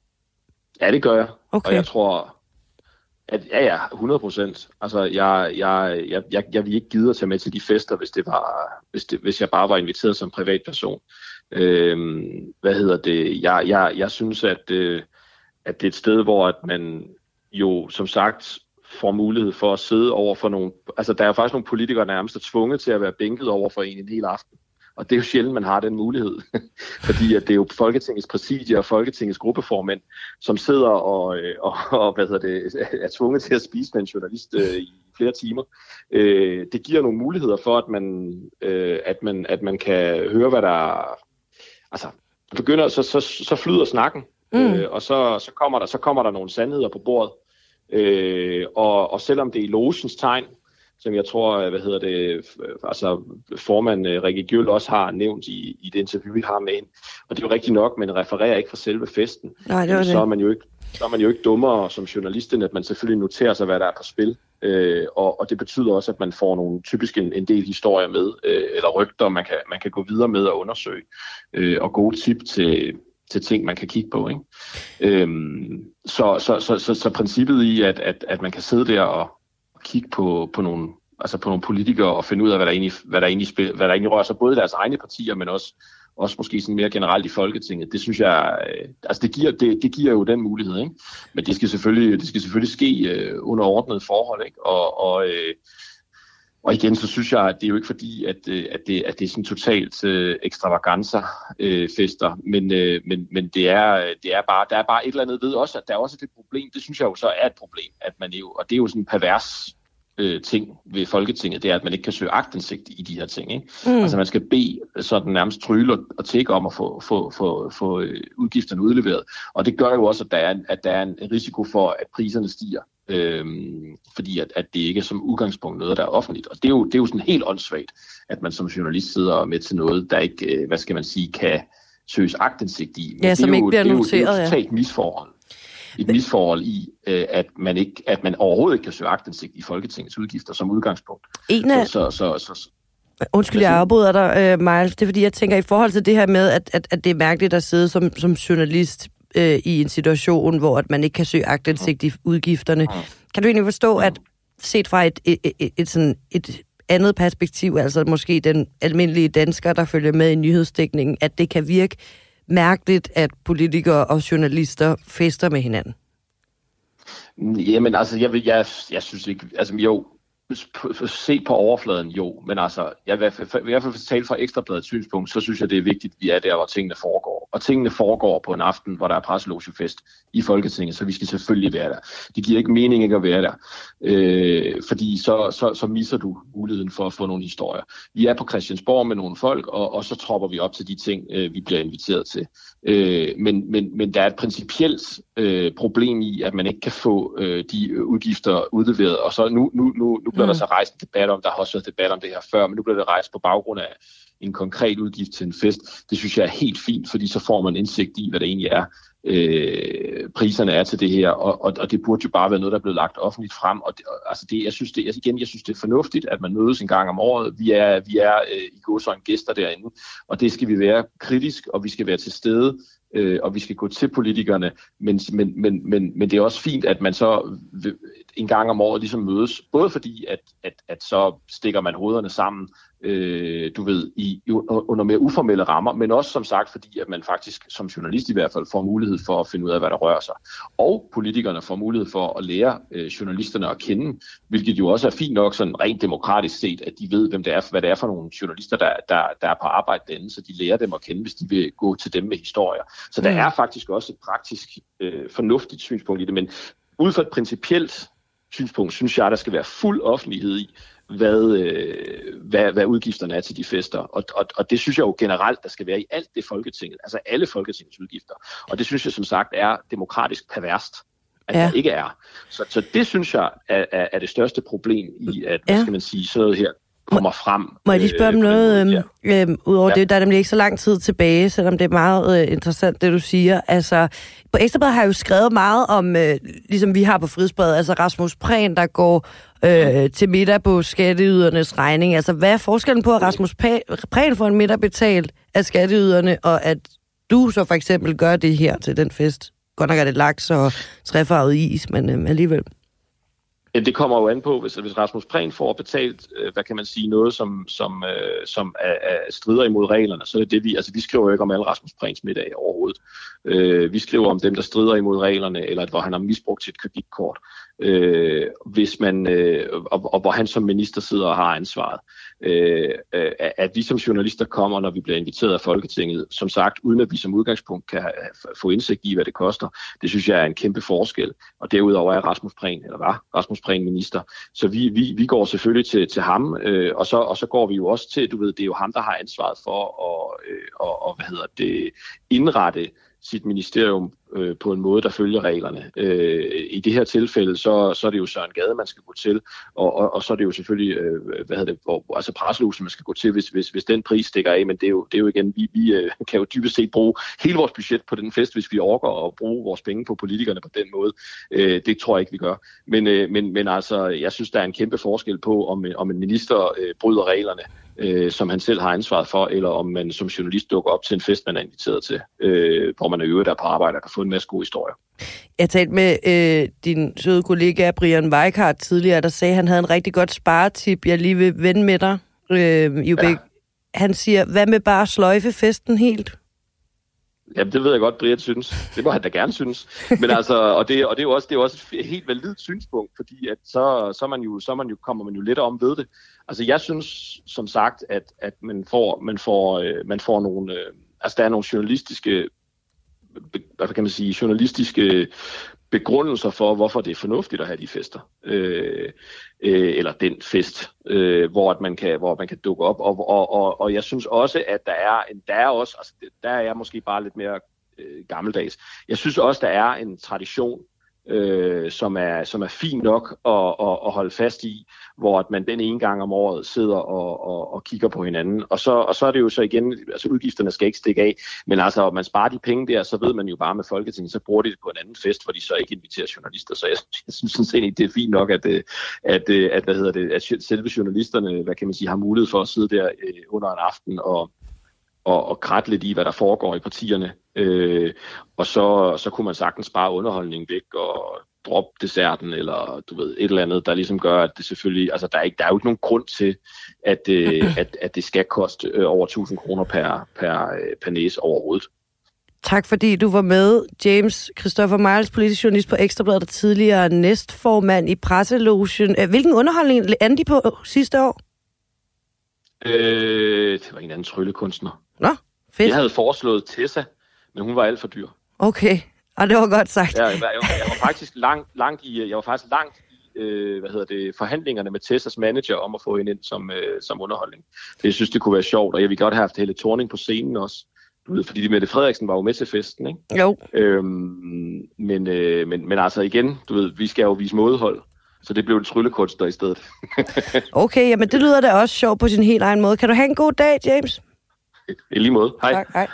Ja, det gør jeg. Okay. Og jeg tror, at ja, ja, hundrede procent. Altså, jeg, jeg, jeg, jeg, jeg vil ikke gide at tage med til de fester, hvis det var, hvis, det, hvis jeg bare var inviteret som privatperson. Øhm, hvad hedder det? Jeg, jeg, jeg synes, at, øh, at det er et sted, hvor at man jo, som sagt, får mulighed for at sidde over for nogle... Altså, der er faktisk nogle politikere, der nærmest er tvunget til at være bænket over for en en hel aften. Og det er jo sjældent, man har den mulighed. Fordi at det er jo Folketingets præsidier og Folketingets gruppeformænd, som sidder og, og, og hvad hedder det, er tvunget til at spise med en journalist øh, i flere timer. Øh, det giver nogle muligheder for, at man, øh, at man, at man kan høre, hvad der... Altså, begynder, så, så, så flyder snakken, mm. øh, og så, så, kommer der, så kommer der nogle sandheder på bordet. Øh, og, og selvom det er i logens tegn, som jeg tror, hvad hedder det, altså formand Rikke Gjøl også har nævnt i, i det interview, vi har med hende. Og det er jo rigtigt nok, men refererer ikke fra selve festen. Nej, det var det. Så er man jo ikke, så er man jo ikke dummere som journalist, end at man selvfølgelig noterer sig, hvad der er på spil. Øh, og, og det betyder også, at man får nogle typisk en, en del historier med, øh, eller rygter, man kan, man kan gå videre med og undersøge. Øh, og gode tip til, til ting, man kan kigge på. Ikke? Øhm, så, så, så, så, så princippet i, at, at, at man kan sidde der og kigge på, på nogle, altså på nogle politikere og finde ud af, hvad der egentlig, hvad der egentlig, spil, hvad der egentlig rører sig, både i deres egne partier, men også, også måske sådan mere generelt i Folketinget. Det synes jeg, øh, altså det giver, det, det giver jo den mulighed, ikke? Men det skal selvfølgelig, det skal selvfølgelig ske øh, under ordnede forhold, ikke? Og, og, øh, og igen, så synes jeg, at det er jo ikke fordi, at, øh, at, det, at det er sådan totalt øh, ekstravagancer øh, fester, men, øh, men, men det, er, det er bare, der er bare et eller andet ved også, at der er også et problem. Det synes jeg jo så er et problem, at man jo, og det er jo sådan en pervers øh, ting ved Folketinget, det er, at man ikke kan søge aktindsigt i de her ting, ikke? Mm. Altså man skal bede sådan nærmest trylle og tække om at få, få, få, få udgifterne udleveret, og det gør jo også, at der er, at der er en risiko for, at priserne stiger. Øhm, fordi at, at det ikke er som udgangspunkt noget, der er offentligt. Og det er jo, det er jo sådan helt åndssvagt, at man som journalist sidder med til noget, der ikke, øh, hvad skal man sige, kan søges aktindsigt i. Men ja, som det er ikke jo, bliver det er noteret, jo, det er jo totalt misforhold. Et misforhold i, øh, at, man ikke, at man overhovedet ikke kan søge aktindsigt i Folketingets udgifter som udgangspunkt. En af... Så, så, så, så, Undskyld, jeg afbryder dig, uh, Miles. Det er fordi, jeg tænker i forhold til det her med, at, at, at det er mærkeligt at sidde som, som journalist øh, i en situation, hvor at man ikke kan søge aktindsigt i udgifterne. Kan du egentlig forstå, at set fra et, et, et, et, sådan et andet perspektiv, altså måske den almindelige dansker, der følger med i nyhedsdækningen, at det kan virke mærkeligt, at politikere og journalister fester med hinanden? Jamen altså, jeg, vil, jeg, jeg synes ikke, altså jo, se på overfladen, jo, men altså, jeg vil i hvert fald tale fra Ekstrabladets synspunkt, så synes jeg, det er vigtigt, at vi er der, hvor tingene foregår. Og tingene foregår på en aften, hvor der er presselogefest i Folketinget, så vi skal selvfølgelig være der. Det giver ikke mening ikke at være der, øh, fordi så, så, så misser du muligheden for at få nogle historier. Vi er på Christiansborg med nogle folk, og, og så tropper vi op til de ting, øh, vi bliver inviteret til. Øh, men, men, men der er et principielt øh, problem i, at man ikke kan få øh, de udgifter udleveret, og så nu, nu, nu, nu bliver der så rejst en debat om, der har også været debat om det her før, men nu bliver det rejst på baggrund af en konkret udgift til en fest. Det synes jeg er helt fint, fordi så får man indsigt i, hvad det egentlig er, øh, priserne er til det her, og, og, og det burde jo bare være noget, der er blevet lagt offentligt frem. Og det, altså det, jeg synes det, igen, jeg synes det er fornuftigt, at man mødes en gang om året. Vi er, vi er øh, i gåseøjne gæster derinde, og det skal vi være kritisk, og vi skal være til stede, øh, og vi skal gå til politikerne, men, men, men, men, men det er også fint, at man så en gang om året ligesom mødes, både fordi, at, at, at så stikker man hovederne sammen, øh, du ved, i, under mere uformelle rammer, men også som sagt, fordi at man faktisk som journalist i hvert fald får mulighed for at finde ud af, hvad der rører sig. Og politikerne får mulighed for at lære øh, journalisterne at kende, hvilket jo også er fint nok sådan rent demokratisk set, at de ved, hvem det er, hvad det er for nogle journalister, der, der, der er på arbejde derinde, så de lærer dem at kende, hvis de vil gå til dem med historier. Så der er faktisk også et praktisk øh, fornuftigt synspunkt i det, men ud fra et principielt synspunkt, synes jeg, der skal være fuld offentlighed i, hvad, øh, hvad, hvad udgifterne er til de fester. Og, og, og det synes jeg jo generelt, der skal være i alt det Folketinget, altså alle Folketingets udgifter. Og det synes jeg som sagt er demokratisk perverst, at ja. der ikke er. Så, så det synes jeg er, er, er det største problem i, at ja. hvad skal man sige, sådan noget her kommer frem. Må jeg lige spørge om øh, noget? Øh, ja. øh, Udover ja. det, der er nemlig ikke så lang tid tilbage, selvom det er meget øh, interessant, det du siger. Altså, på Ekstrabladet har jeg jo skrevet meget om, øh, ligesom vi har på Frihedsbrevet, altså Rasmus Prehn, der går øh, til middag på skatteydernes regning. Altså, hvad er forskellen på, at Rasmus Prehn får en middag betalt af skatteyderne, og at du så for eksempel gør det her til den fest? Godt nok er det laks og træfarvet is, men øh, alligevel. Det kommer jo an på, hvis, hvis Rasmus Prehn får betalt, hvad kan man sige, noget, som, som, som er, er strider imod reglerne, så er det det, vi, altså vi skriver jo ikke om alle Rasmus Prehns middag overhovedet. Øh, vi skriver om dem, der strider imod reglerne, eller hvor han har misbrugt sit kreditkort, øh, hvis man, øh, og, og hvor han som minister sidder og har ansvaret. Øh, at vi som journalister kommer, når vi bliver inviteret af Folketinget, som sagt, uden at vi som udgangspunkt kan få indsigt i, hvad det koster. Det synes jeg er en kæmpe forskel. Og derudover er Rasmus Prehn, eller var Rasmus Prehn minister. Så vi, vi, vi går selvfølgelig til, til ham, øh, og, så, og så går vi jo også til, du ved, det er jo ham, der har ansvaret for at og, og, hvad hedder det, indrette sit ministerium øh, på en måde, der følger reglerne. Øh, I det her tilfælde, så, så er det jo Søren Gade, man skal gå til, og, og, og så er det jo selvfølgelig, øh, hvad hedder det, hvor, altså presselogen, man skal gå til, hvis, hvis, hvis den pris stikker af, men det er jo, det er jo igen, vi, vi øh, kan jo dybest set bruge hele vores budget på den fest, hvis vi orker at bruge vores penge på politikerne på den måde. Øh, det tror jeg ikke, vi gør. Men, øh, men, men altså, jeg synes, der er en kæmpe forskel på, om, om en minister øh, bryder reglerne, øh, som han selv har ansvaret for, eller om man som journalist dukker op til en fest, man er inviteret til, øh, hvor man er øvrigt der på arbejde og kan få en masse gode historier. Jeg talte med øh, din søde kollega Brian Weikart tidligere, der sagde, at han havde en rigtig godt sparetip, jeg lige vil vende med dig, øh, Jubæk. Ja. Han siger, hvad med bare at sløjfe festen helt? Jamen, det ved jeg godt, Brian synes. Det må han da gerne synes. Men altså, og det, og det er jo også, det er jo også et helt validt synspunkt, fordi at så, så, man jo, så man jo, kommer man jo lidt om ved det. Altså, jeg synes som sagt, at, at man får, man får, øh, man får nogle, øh, altså der er nogle journalistiske, hvad kan man sige, journalistiske begrundelser for, hvorfor det er fornuftigt at have de fester, øh, øh, eller den fest, øh, hvor at man kan, hvor man kan dukke op, og, og, og, og jeg synes også, at der er, en, der er også, altså, der er jeg måske bare lidt mere øh, gammeldags. Jeg synes også, der er en tradition, øh, som er som er fin nok at, at, at holde fast i, hvor at man den ene gang om året sidder og, og, og kigger på hinanden. Og så, og så er det jo så igen, altså udgifterne skal ikke stikke af, men altså, om man sparer de penge der, så ved man jo bare med Folketinget, så bruger de det på en anden fest, hvor de så ikke inviterer journalister. Så jeg, jeg synes sådan set ikke, det er fint nok, at, at, at, at, hvad hedder det, at selve journalisterne, hvad kan man sige, har mulighed for at sidde der under en aften og og, og kratte lidt i, hvad der foregår i partierne. Øh, og så, så kunne man sagtens spare underholdningen væk og droppe desserten, eller du ved, et eller andet, der ligesom gør, at det selvfølgelig, altså der er, ikke, der er jo ikke nogen grund til, at, øh, at, at det skal koste øh, over tusind kroner per, per, per næse overhovedet. Tak fordi du var med, James Christopher Miles, politisk journalist på Ekstra Bladet, og tidligere næstformand i presselogen. Hvilken underholdning endte de på sidste år? Øh, det var en anden tryllekunstner. Nå, fedt. Jeg havde foreslået Tessa, men hun var alt for dyr. Okay, og det var godt sagt. Ja, jeg, jeg, jeg var faktisk langt, langt i, jeg var faktisk langt i, øh, hvad hedder det, forhandlingerne med Tessas manager om at få hende ind som, øh, som underholdning. For jeg synes, det kunne være sjovt, og jeg ville godt have haft Helle Thorning på scenen også. Du ved, fordi Mette Frederiksen var jo med til festen, ikke? Jo. Øhm, men, øh, men, men altså igen, du ved, vi skal jo vise mådehold. Så det blev en tryllekunstner i stedet. Okay, jamen det lyder da også sjovt på sin helt egen måde. Kan du have en god dag, James? I lige måde. Hej. Tak, hej.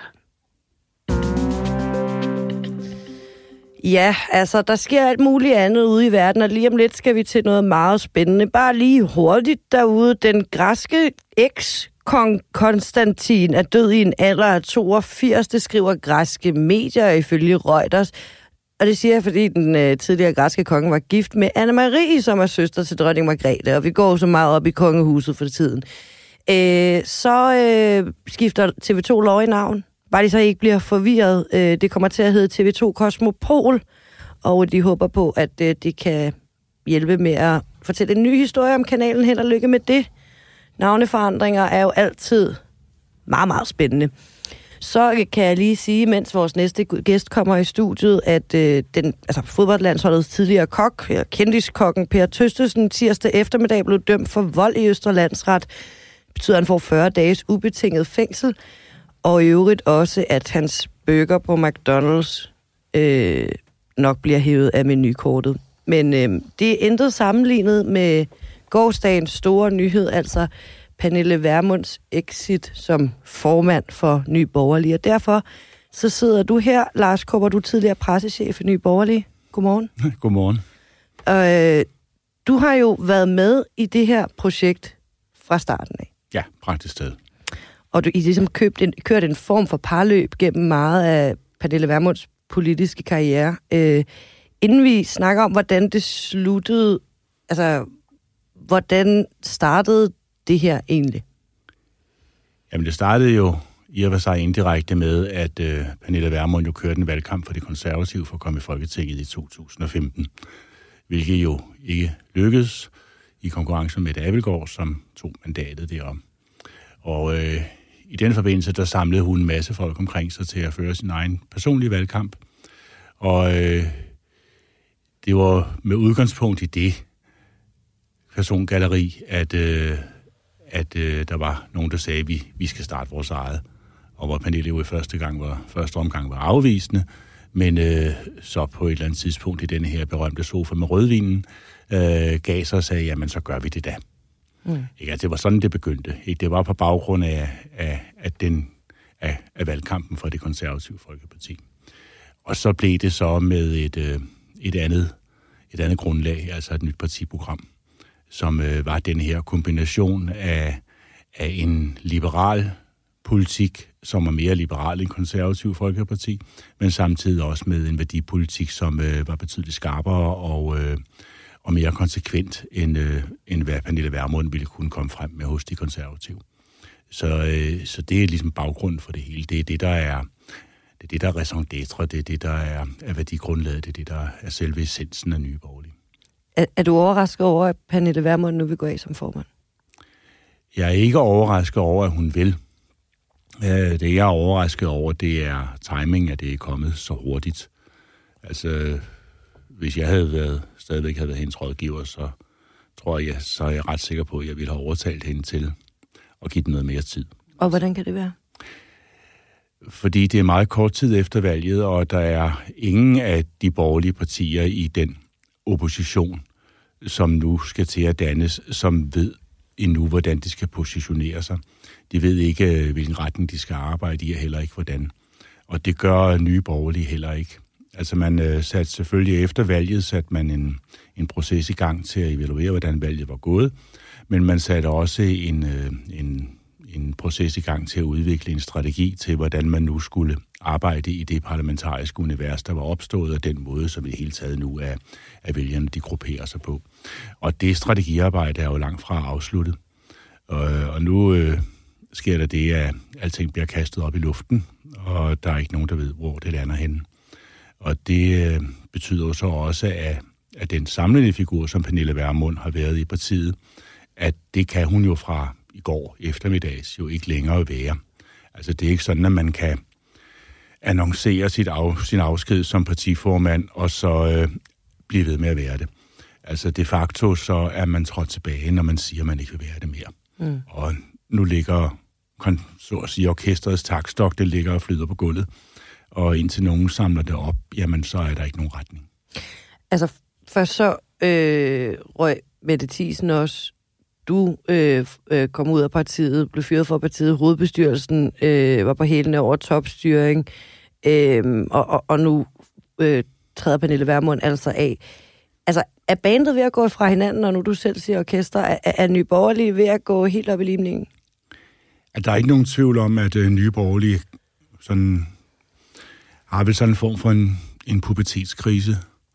Ja, altså, der sker alt muligt andet ude i verden, og lige om lidt skal vi til noget meget spændende. Bare lige hurtigt derude. Den græske eks-kong Konstantin er død i en alder af toogfirs, det skriver græske medier ifølge Reuters. Og det siger jeg, fordi den øh, tidligere græske konge var gift med Anne-Marie, som er søster til dronning Margrethe, og vi går så meget op i kongehuset for tiden. Øh, så øh, skifter T V to lov i navn. Bare de så ikke bliver forvirret. Øh, det kommer til at hedde T V to Cosmopol, og de håber på, at øh, de kan hjælpe med at fortælle en ny historie om kanalen. Held og lykke med det. Navneforandringer er jo altid meget, meget spændende. Så kan jeg lige sige, mens vores næste gæst kommer i studiet, at øh, den, altså fodboldlandsholdets tidligere kok, kendiskokken Per Tøstesen, tirsdag eftermiddag blev dømt for vold i Østre Landsret. Det betyder, at han får fyrre dages ubetinget fængsel, og i øvrigt også, at hans burger på McDonald's øh, nok bliver hævet af menukortet. Men øh, det er intet sammenlignet med gårsdagens store nyhed, altså Pernille Vermunds exit som formand for Nye Borgerlige. Og derfor så sidder du her, Lars Kaaber, du er tidligere pressechef i Nye Borgerlige. Godmorgen. Godmorgen. Og, øh, du har jo været med i det her projekt fra starten af. Ja, praktisk sted. Og du I ligesom købt en, kørt en form for parløb gennem meget af Pernille Vermunds politiske karriere. Øh, inden vi snakker om, hvordan det sluttede, altså, hvordan startede det her egentlig? Jamen, det startede jo i og for sig indirekte med, at øh, Pernille Vermund jo kørte en valgkamp for de konservative for at komme i Folketinget i to tusind og femten, hvilket jo ikke lykkedes i konkurrence med Mette Abildgaard, som tog mandatet derom. Og øh, i den forbindelse, der samlede hun en masse folk omkring sig til at føre sin egen personlige valgkamp. Og øh, det var med udgangspunkt i det persongalleri, at, øh, at øh, der var nogen, der sagde, at vi, vi skal starte vores eget. og hvor Pernille jo i første, gang var, første omgang var afvisende, men øh, så på et eller andet tidspunkt i denne her berømte sofa med rødvinen, øh, gav sig og sagde, jamen så gør vi det da. Mm. Ikke, altså, det var sådan, det begyndte. Ikke? Det var på baggrund af, af, af, den, af, af valgkampen for Det Konservative Folkeparti. Og så blev det så med et, øh, et, andet, et andet grundlag, altså et nyt partiprogram, som øh, var den her kombination af, af en liberal politik, som var mere liberal end Konservativ Folkeparti, men samtidig også med en værdipolitik, som øh, var betydeligt skarpere og, øh, og mere konsekvent, end, øh, end hvad Pernille Vermund ville kunne komme frem med hos de konservative. Så, øh, så det er ligesom baggrunden for det hele. Det er det, der er, det er, det, der er raison d'être, det er det, der er, er værdigrundlaget, det er det, der er selve essensen af Nye Borgerlige. Er, er du overrasket over, at Pernille Vermund nu vil gå af som formand? Jeg er ikke overrasket over, at hun vil. Det, jeg er overrasket over, det er timing, at det er kommet så hurtigt. Altså, hvis jeg havde været, stadigvæk havde været hendes rådgiver, så tror jeg, så er jeg ret sikker på, at jeg ville have overtalt hende til at give den noget mere tid. Og hvordan kan det være? Fordi det er meget kort tid efter valget, og der er ingen af de borgerlige partier i den opposition, som nu skal til at dannes, som ved endnu, hvordan de skal positionere sig. De ved ikke, hvilken retning de skal arbejde i, og heller ikke hvordan. Og det gør Nye Borgerlige heller ikke. Altså man øh, satte selvfølgelig efter valget, satte man en, en proces i gang til at evaluere, hvordan valget var gået, men man satte også en, øh, en, en proces i gang til at udvikle en strategi til, hvordan man nu skulle arbejde i det parlamentariske univers, der var opstået, og den måde, som i det hele taget nu er, er vælgerne, de grupperer sig på. Og det strategiarbejde er jo langt fra afsluttet. Og, og nu øh, sker der det, at alting bliver kastet op i luften, og der er ikke nogen, der ved, hvor det lander henne. Og det øh, betyder jo så også, at, at den samlede figur, som Pernille Vermund har været i partiet, at det kan hun jo fra i går eftermiddags jo ikke længere være. Altså det er ikke sådan, at man kan annoncere sit af, sin afsked som partiformand, og så øh, blive ved med at være det. Altså de facto så er man trådt tilbage, når man siger, at man ikke vil være det mere. Mm. Og nu ligger, så at sige, orkestrets takstok, det ligger og flyder på gulvet. Og indtil nogen samler det op, jamen så er der ikke nogen retning. Altså først så øh, røg Mette Thiesen også. Du øh, øh, kom ud af partiet, blev fyret fra partiet, hovedbestyrelsen øh, var på hælene over topstyring, øh, og, og, og nu øh, træder Pernille Vermund altså af. Altså, er bandet ved at gå fra hinanden, når nu du selv siger orkester? Er, er Nye Borgerlige ved at gå helt op i limningen? At der er ikke nogen tvivl om, at øh, Nye Borgerlige sådan, har vel sådan en form for en, en pubertetskrise.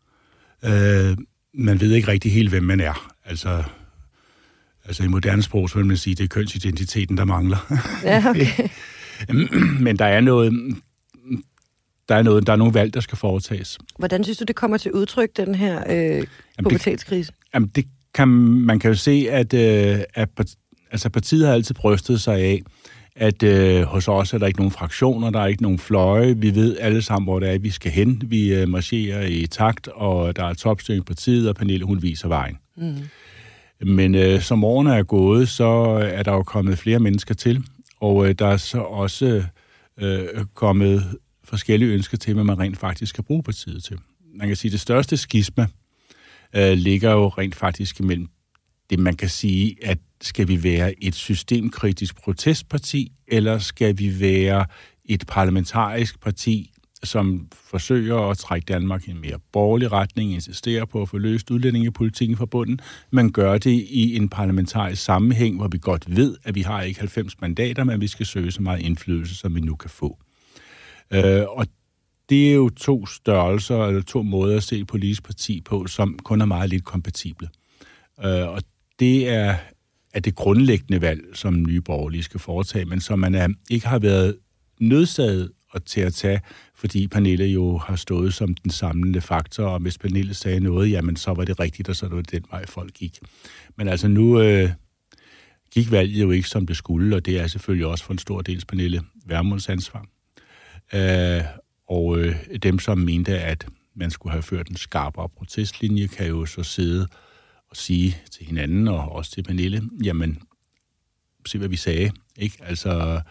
Øh, man ved ikke rigtig helt, hvem man er. Altså, altså i moderne sprog, så vil man sige, at det er kønsidentiteten, der mangler. Ja, okay. Men der er noget... Der er, noget, der er nogle valg, der skal foretages. Hvordan synes du, det kommer til udtryk, den her øh, pubertetskrise? Jamen, det kan, man kan jo se, at, øh, at part, altså partiet har altid brystet sig af, at øh, hos os er der ikke nogen fraktioner, der er ikke nogen fløje. Vi ved alle sammen, hvor det er, vi skal hen. Vi øh, marcherer i takt, og der er topstyring i partiet, og Pernille, hun viser vejen. Mm. Men øh, som årene er gået, så er der jo kommet flere mennesker til, og øh, der er så også øh, kommet forskellige ønsker til, hvad man rent faktisk skal bruge partiet til. Man kan sige, at det største skisma øh, ligger jo rent faktisk imellem det, man kan sige, at skal vi være et systemkritisk protestparti, eller skal vi være et parlamentarisk parti, som forsøger at trække Danmark i en mere borgerlig retning, insisterer på at få løst udlændingepolitikken fra bunden. Man gør det i en parlamentarisk sammenhæng, hvor vi godt ved, at vi har ikke halvfems mandater, men vi skal søge så meget indflydelse, som vi nu kan få. Øh, og det er jo to størrelser, eller to måder at se et politisk parti på, som kun er meget lidt kompatible. Øh, og det er, er det grundlæggende valg, som Nye Borgerlige skal foretage, men som man er, ikke har været nødsaget til at tage, fordi Pernille jo har stået som den samlende faktor, og hvis Pernille sagde noget, jamen så var det rigtigt, og så var det den vej, folk gik. Men altså nu øh, gik valget jo ikke, som det skulle, og det er selvfølgelig også for en stor del Pernille Vermunds ansvar. Øh, og øh, dem, som mente, at man skulle have ført en skarpere protestlinje, kan jo så sidde og sige til hinanden, og også til Pernille, jamen, se hvad vi sagde, ikke? Altså,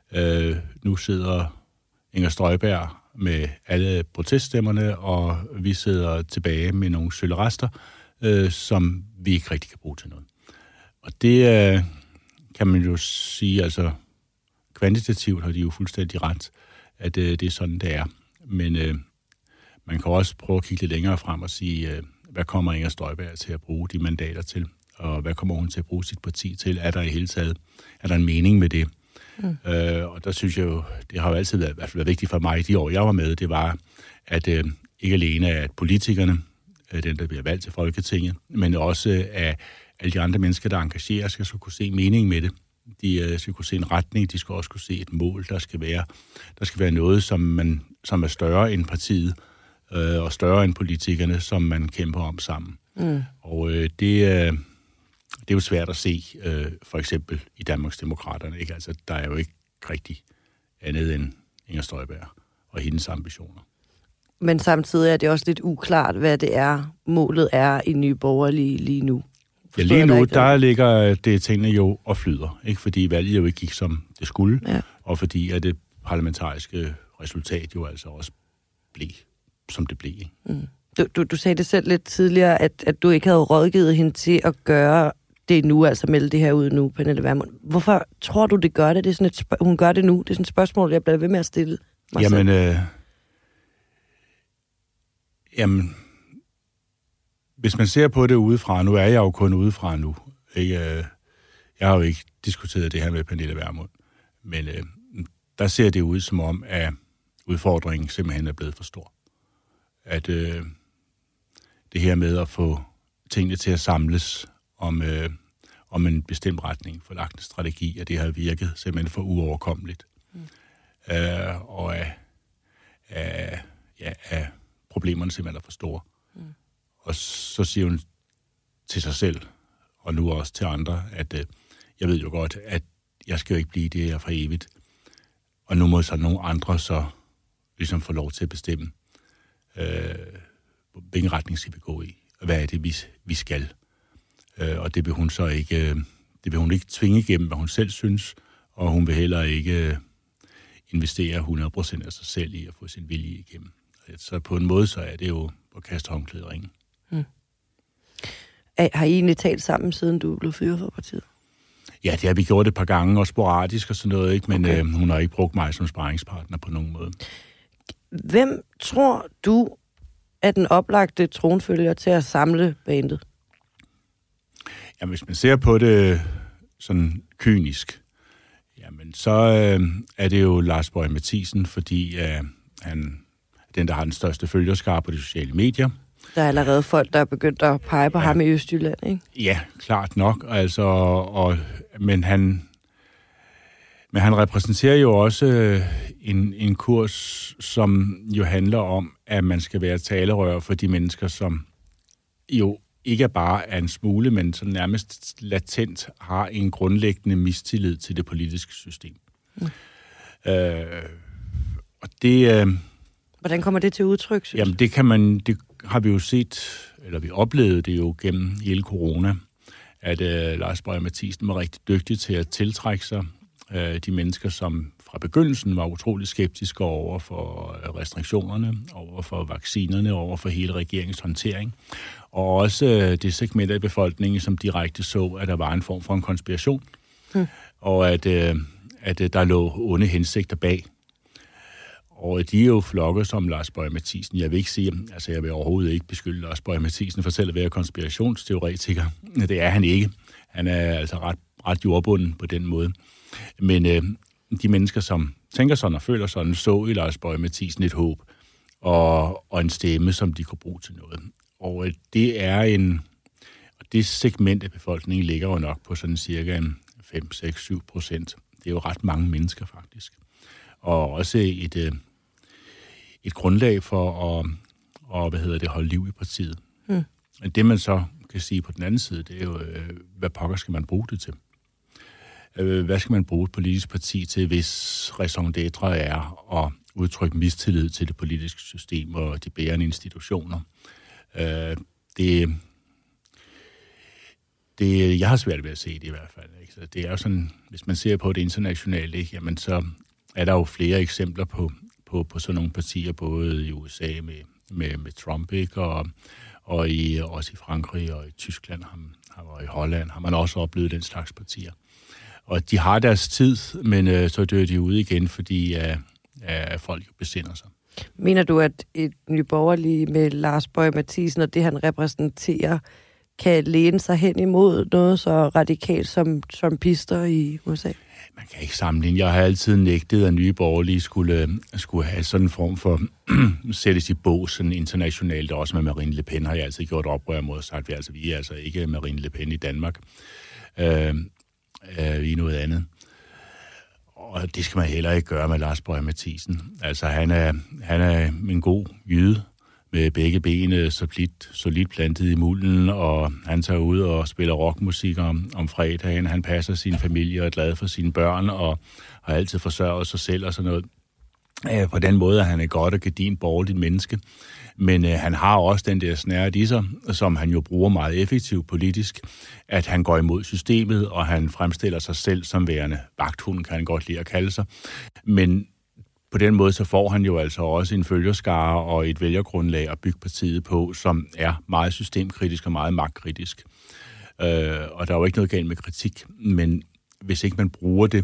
Øh, nu sidder Inger Støjberg med alle proteststemmerne, og vi sidder tilbage med nogle sølvrester, øh, som vi ikke rigtig kan bruge til noget. Og det øh, kan man jo sige, altså kvantitativt har de jo fuldstændig ret, at øh, det er sådan, det er. Men øh, man kan også prøve at kigge lidt længere frem og sige, øh, hvad kommer Inger Støjberg til at bruge de mandater til? Og hvad kommer hun til at bruge sit parti til? Er der i hele taget, er der en mening med det? Mm. Øh, og der synes jeg jo, det har jo altid været, i hvert fald været vigtigt for mig i de år, jeg var med, det var, at øh, ikke alene at politikerne, øh, den der bliver valgt til Folketinget, men også at alle de andre mennesker, der engagerer, skal så kunne se mening med det. De øh, skal kunne se en retning, de skal også kunne se et mål, der skal være, der skal være noget, som, man, som er større end partiet, øh, og større end politikerne, som man kæmper om sammen. Mm. Og øh, det, øh, det er jo svært at se, øh, for eksempel i Danmarksdemokraterne. Ikke? Altså, der er jo ikke rigtig andet end Inger Støjberg og hendes ambitioner. Men samtidig er det også lidt uklart, hvad det er, målet er i Nye Borgerlige lige nu. Ja, lige nu, der ligger det tingene jo og flyder, ikke? Fordi valget jo ikke gik, som det skulle, ja. Og fordi at det parlamentariske resultat jo altså også blev, som det blev. Mm. Du, du, du sagde det selv lidt tidligere, at, at du ikke havde rådgivet hende til at gøre det nu, altså melde det her ud nu, Pernille Vermund. Hvorfor tror du, det gør det? Det er sådan et spørg- hun gør det nu. Det er sådan et spørgsmål, jeg bliver ved med at stille mig Jamen, selv. Øh, jamen... Hvis man ser på det udefra, nu er jeg jo kun udefra nu. Ikke? Jeg har jo ikke diskuteret det her med Pernille Vermund, men øh, der ser det ud som om, at udfordringen simpelthen er blevet for stor. At øh, det her med at få tingene til at samles om, øh, om en bestemt retning for lagt en strategi, at det har virket simpelthen for uoverkommeligt. Mm. Øh, og at, at, ja, at problemerne simpelthen er for store. Mm. Og så siger hun til sig selv, og nu også til andre, at øh, jeg ved jo godt, at jeg skal jo ikke blive det her for evigt. Og nu må så nogle andre så ligesom få lov til at bestemme, øh, hvilken retning skal vi gå i, og hvad er det, vi, vi skal. Øh, og det vil hun så ikke, øh, det vil hun ikke tvinge igennem, hvad hun selv synes, og hun vil heller ikke øh, investere hundrede procent af sig selv i at få sin vilje igennem. Så på en måde, så er det jo at kaste håndklædet i ringen. Hmm. Har I egentlig talt sammen, siden du blev fyret for partiet? Ja, det har vi gjort et par gange, og sporadisk og sådan noget, ikke? Men okay. øh, hun har ikke brugt mig som sparringspartner på nogen måde. Hvem tror du er den oplagte tronfølger til at samle bandet? Jamen, hvis man ser på det sådan kynisk, jamen, så øh, er det jo Lars Boje Mathiesen, fordi øh, han er den, der har den største følgerskare på de sociale medier. Der er allerede folk, der er begyndt at pege på ja. ham i Østjylland, ikke? Ja, klart nok. Altså, og, men, han, men han repræsenterer jo også en, en kurs, som jo handler om, at man skal være talerør for de mennesker, som jo ikke er bare er en smule, men så nærmest latent har en grundlæggende mistillid til det politiske system. Mm. Øh, og det... Øh, Hvordan kommer det til udtryk, synes Jamen, det kan man... Det har vi jo set, eller vi oplevede det jo gennem hele corona, at øh, Lars Boje Mathiesen var rigtig dygtig til at tiltrække sig øh, de mennesker, som fra begyndelsen var utrolig skeptiske over for restriktionerne, over for vaccinerne, over for hele regeringens håndtering. Og også øh, det segment af befolkningen, som direkte så, at der var en form for en konspiration, hmm. og at, øh, at øh, der lå onde hensigter bag. Og de er jo flokke som Lars Boje Mathiesen. Jeg vil ikke sige, altså jeg vil overhovedet ikke beskylde Lars Boje Mathiesen for selv at være konspirationsteoretiker. Det er han ikke. Han er altså ret, ret jordbunden på den måde. Men øh, de mennesker, som tænker sådan og føler sådan, så i Lars Boje Mathiesen et håb og, og en stemme, som de kunne bruge til noget. Og øh, det er en... Og det segment af befolkningen ligger jo nok på sådan cirka fem, seks, syv procent. Det er jo ret mange mennesker faktisk. Og også et... Øh, et grundlag for at, og, hvad hedder det, holde liv i partiet. Mm. Det, man så kan sige på den anden side, det er jo, hvad pokker skal man bruge det til? Hvad skal man bruge et politisk parti til, hvis raison d'être er at udtrykke mistillid til det politiske system og de bærende institutioner? Det, det, jeg har svært ved at se det i hvert fald. Ikke? Så det er jo sådan, hvis man ser på det internationalt, ikke? Jamen så er der jo flere eksempler på, på, på sådan nogle partier, både i U S A med, med, med Trump, ikke? Og, og i, også i Frankrig og i Tyskland og i Holland har man også oplevet den slags partier. Og de har deres tid, men øh, så dør de ud igen, fordi øh, øh, folk besinder sig. Mener du, at et Nye Borgerlige med Lars Boje Mathiesen og det, han repræsenterer, kan læne sig hen imod noget så radikalt som trumpister i U S A? Man kan ikke sammenligne. Jeg har altid nægtet, at Nye Borgerlige skulle, skulle have sådan en form for sættes i bås sådan internationalt. Også med Marine Le Pen har jeg altid gjort oprør mod og sagt, at vi, altså, vi er altså ikke Marine Le Pen i Danmark. Øh, øh, vi er noget andet. Og det skal man heller ikke gøre med Lars Boje Mathiesen. Altså, han er, han er en god jyde med begge ben solidt, solidt plantet i mulden, og han tager ud og spiller rockmusik om, om fredagen. Han passer sin familie og er glad for sine børn, og har altid forsørget sig selv og sådan noget. På den måde er han et godt og gedint borgerligt menneske. Men øh, han har også den der snært i sig, som han jo bruger meget effektivt politisk, at han går imod systemet, og han fremstiller sig selv som værende vagthunden, kan han godt lide at kalde sig. Men på den måde så får han jo altså også en følgerskare og et vælgergrundlag at bygge partiet på, som er meget systemkritisk og meget magtkritisk. Øh, og der er jo ikke noget galt med kritik, men hvis ikke man bruger det,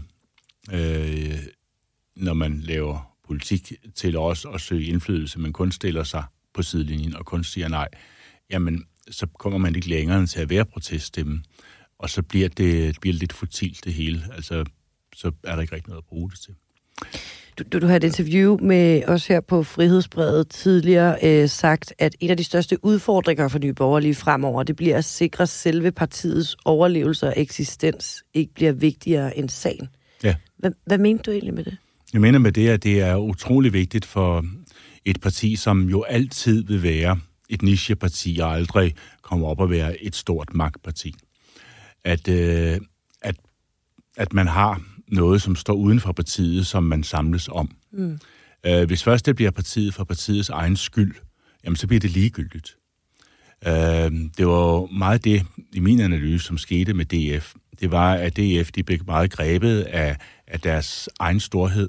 øh, når man laver politik til også at søge indflydelse, men kun stiller sig på sidelinjen og kun siger nej, jamen så kommer man ikke længere til at være proteststemme, og så bliver det, bliver lidt futilt det hele. Altså, så er der ikke rigtig noget at bruge det til. Du, du, du har et interview med os her på Frihedsbrevet tidligere øh, sagt, at en af de største udfordringer for Nye Borgerlige fremover, det bliver at sikre, at selve partiets overlevelse og eksistens ikke bliver vigtigere end sagen. Ja. Hvad, hvad mener du egentlig med det? Jeg mener med det, at det er utrolig vigtigt for et parti, som jo altid vil være et nicheparti og aldrig komme op og være et stort magtparti. At, øh, at, at man har noget, som står uden for partiet, som man samles om. Mm. Øh, hvis først det bliver partiet for partiets egen skyld, jamen så bliver det ligegyldigt. Øh, det var meget det, i min analyse, som skete med D F. Det var, at D F de blev meget grebet af, af deres egen storhed.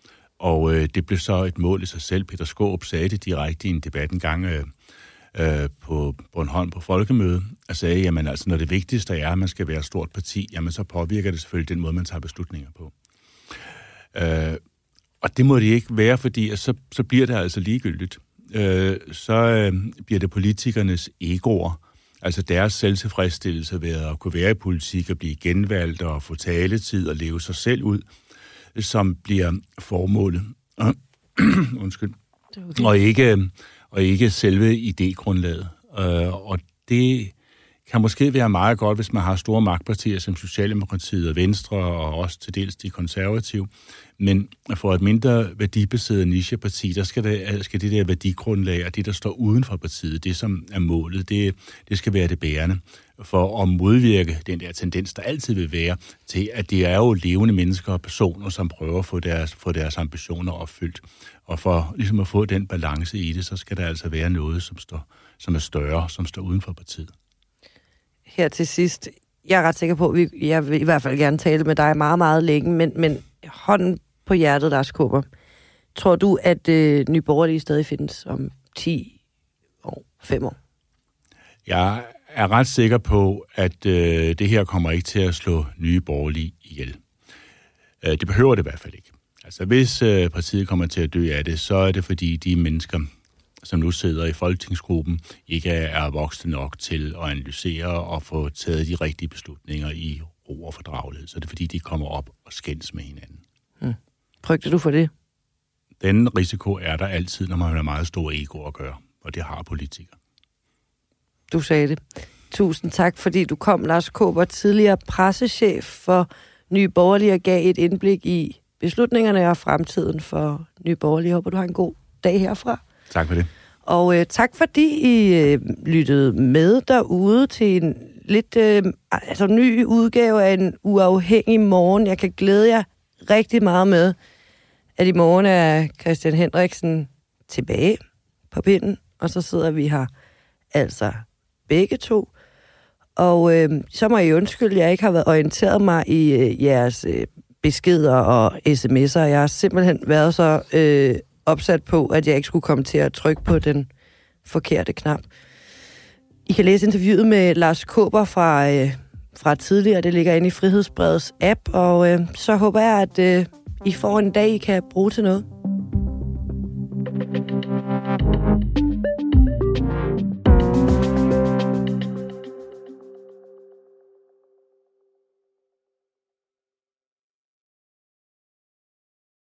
Og øh, det blev så et mål i sig selv. Peter Skaarup sagde det direkte i en debat en gang øh, øh, på Bornholm på folkemøde, og sagde, jamen altså, når det vigtigste er, at man skal være et stort parti, jamen så påvirker det selvfølgelig den måde, man tager beslutninger på. Øh, og det må det ikke være, fordi så, så bliver det altså ligegyldigt. Øh, så øh, bliver det politikernes egoer, altså deres selvtilfredsstillelse ved at kunne være i politik og blive genvalgt og få taletid og leve sig selv ud, som bliver formålet. Undskyld. Okay. Og, ikke, og ikke selve idégrundlaget. Uh, og det kan måske være meget godt, hvis man har store magtpartier som Socialdemokratiet og Venstre og også til dels de konservative. Men for et mindre værdibaseret nicheparti, der skal, der skal det der værdigrundlag og det, der står uden for partiet, det som er målet, det, det skal være det bærende for at modvirke den der tendens, der altid vil være til, at det er jo levende mennesker og personer, som prøver at få deres, få deres ambitioner opfyldt. Og for ligesom at få den balance i det, så skal der altså være noget, som, står, som er større, som står uden for partiet. Her til sidst, jeg er ret sikker på, at jeg vil i hvert fald gerne tale med dig meget, meget længe, men, men hånden på hjertet, Lars Kaaber. Tror du, at øh, Nye Borgerlige stadig findes om ti år, fem år? Jeg er ret sikker på, at øh, det her kommer ikke til at slå Nye Borgerlige ihjel. Øh, det behøver det i hvert fald ikke. Altså, hvis øh, partiet kommer til at dø af det, så er det fordi de mennesker, som nu sidder i folketingsgruppen, ikke er voksne nok til at analysere og få taget de rigtige beslutninger i ro og fordragelighed. Så det er fordi, de kommer op og skændes med hinanden. Hmm. Frygter du for det? Den risiko er der altid, når man har meget store ego at gøre, og det har politikere. Du sagde det. Tusind tak, fordi du kom, Lars Kaaber, tidligere pressechef for Nye Borgerlige, og gav et indblik i beslutningerne og fremtiden for Nye Borgerlige. Jeg håber, du har en god dag herfra. Tak for det. Og øh, tak fordi I øh, lyttede med derude til en lidt øh, altså, ny udgave af en uafhængig morgen. Jeg kan glæde jer rigtig meget med, at i morgen er Christian Henriksen tilbage på pinden, og så sidder vi her altså begge to. Og øh, så må I undskylde, at jeg ikke har været orienteret mig i øh, jeres øh, beskeder og sms'er. Jeg har simpelthen været så øh, opsat på, at jeg ikke skulle komme til at trykke på den forkerte knap. I kan læse interviewet med Lars Kaaber fra, øh, fra tidligere. Det ligger inde i Frihedsbredets app, og øh, så håber jeg, at øh, I får en dag, I kan bruge til noget.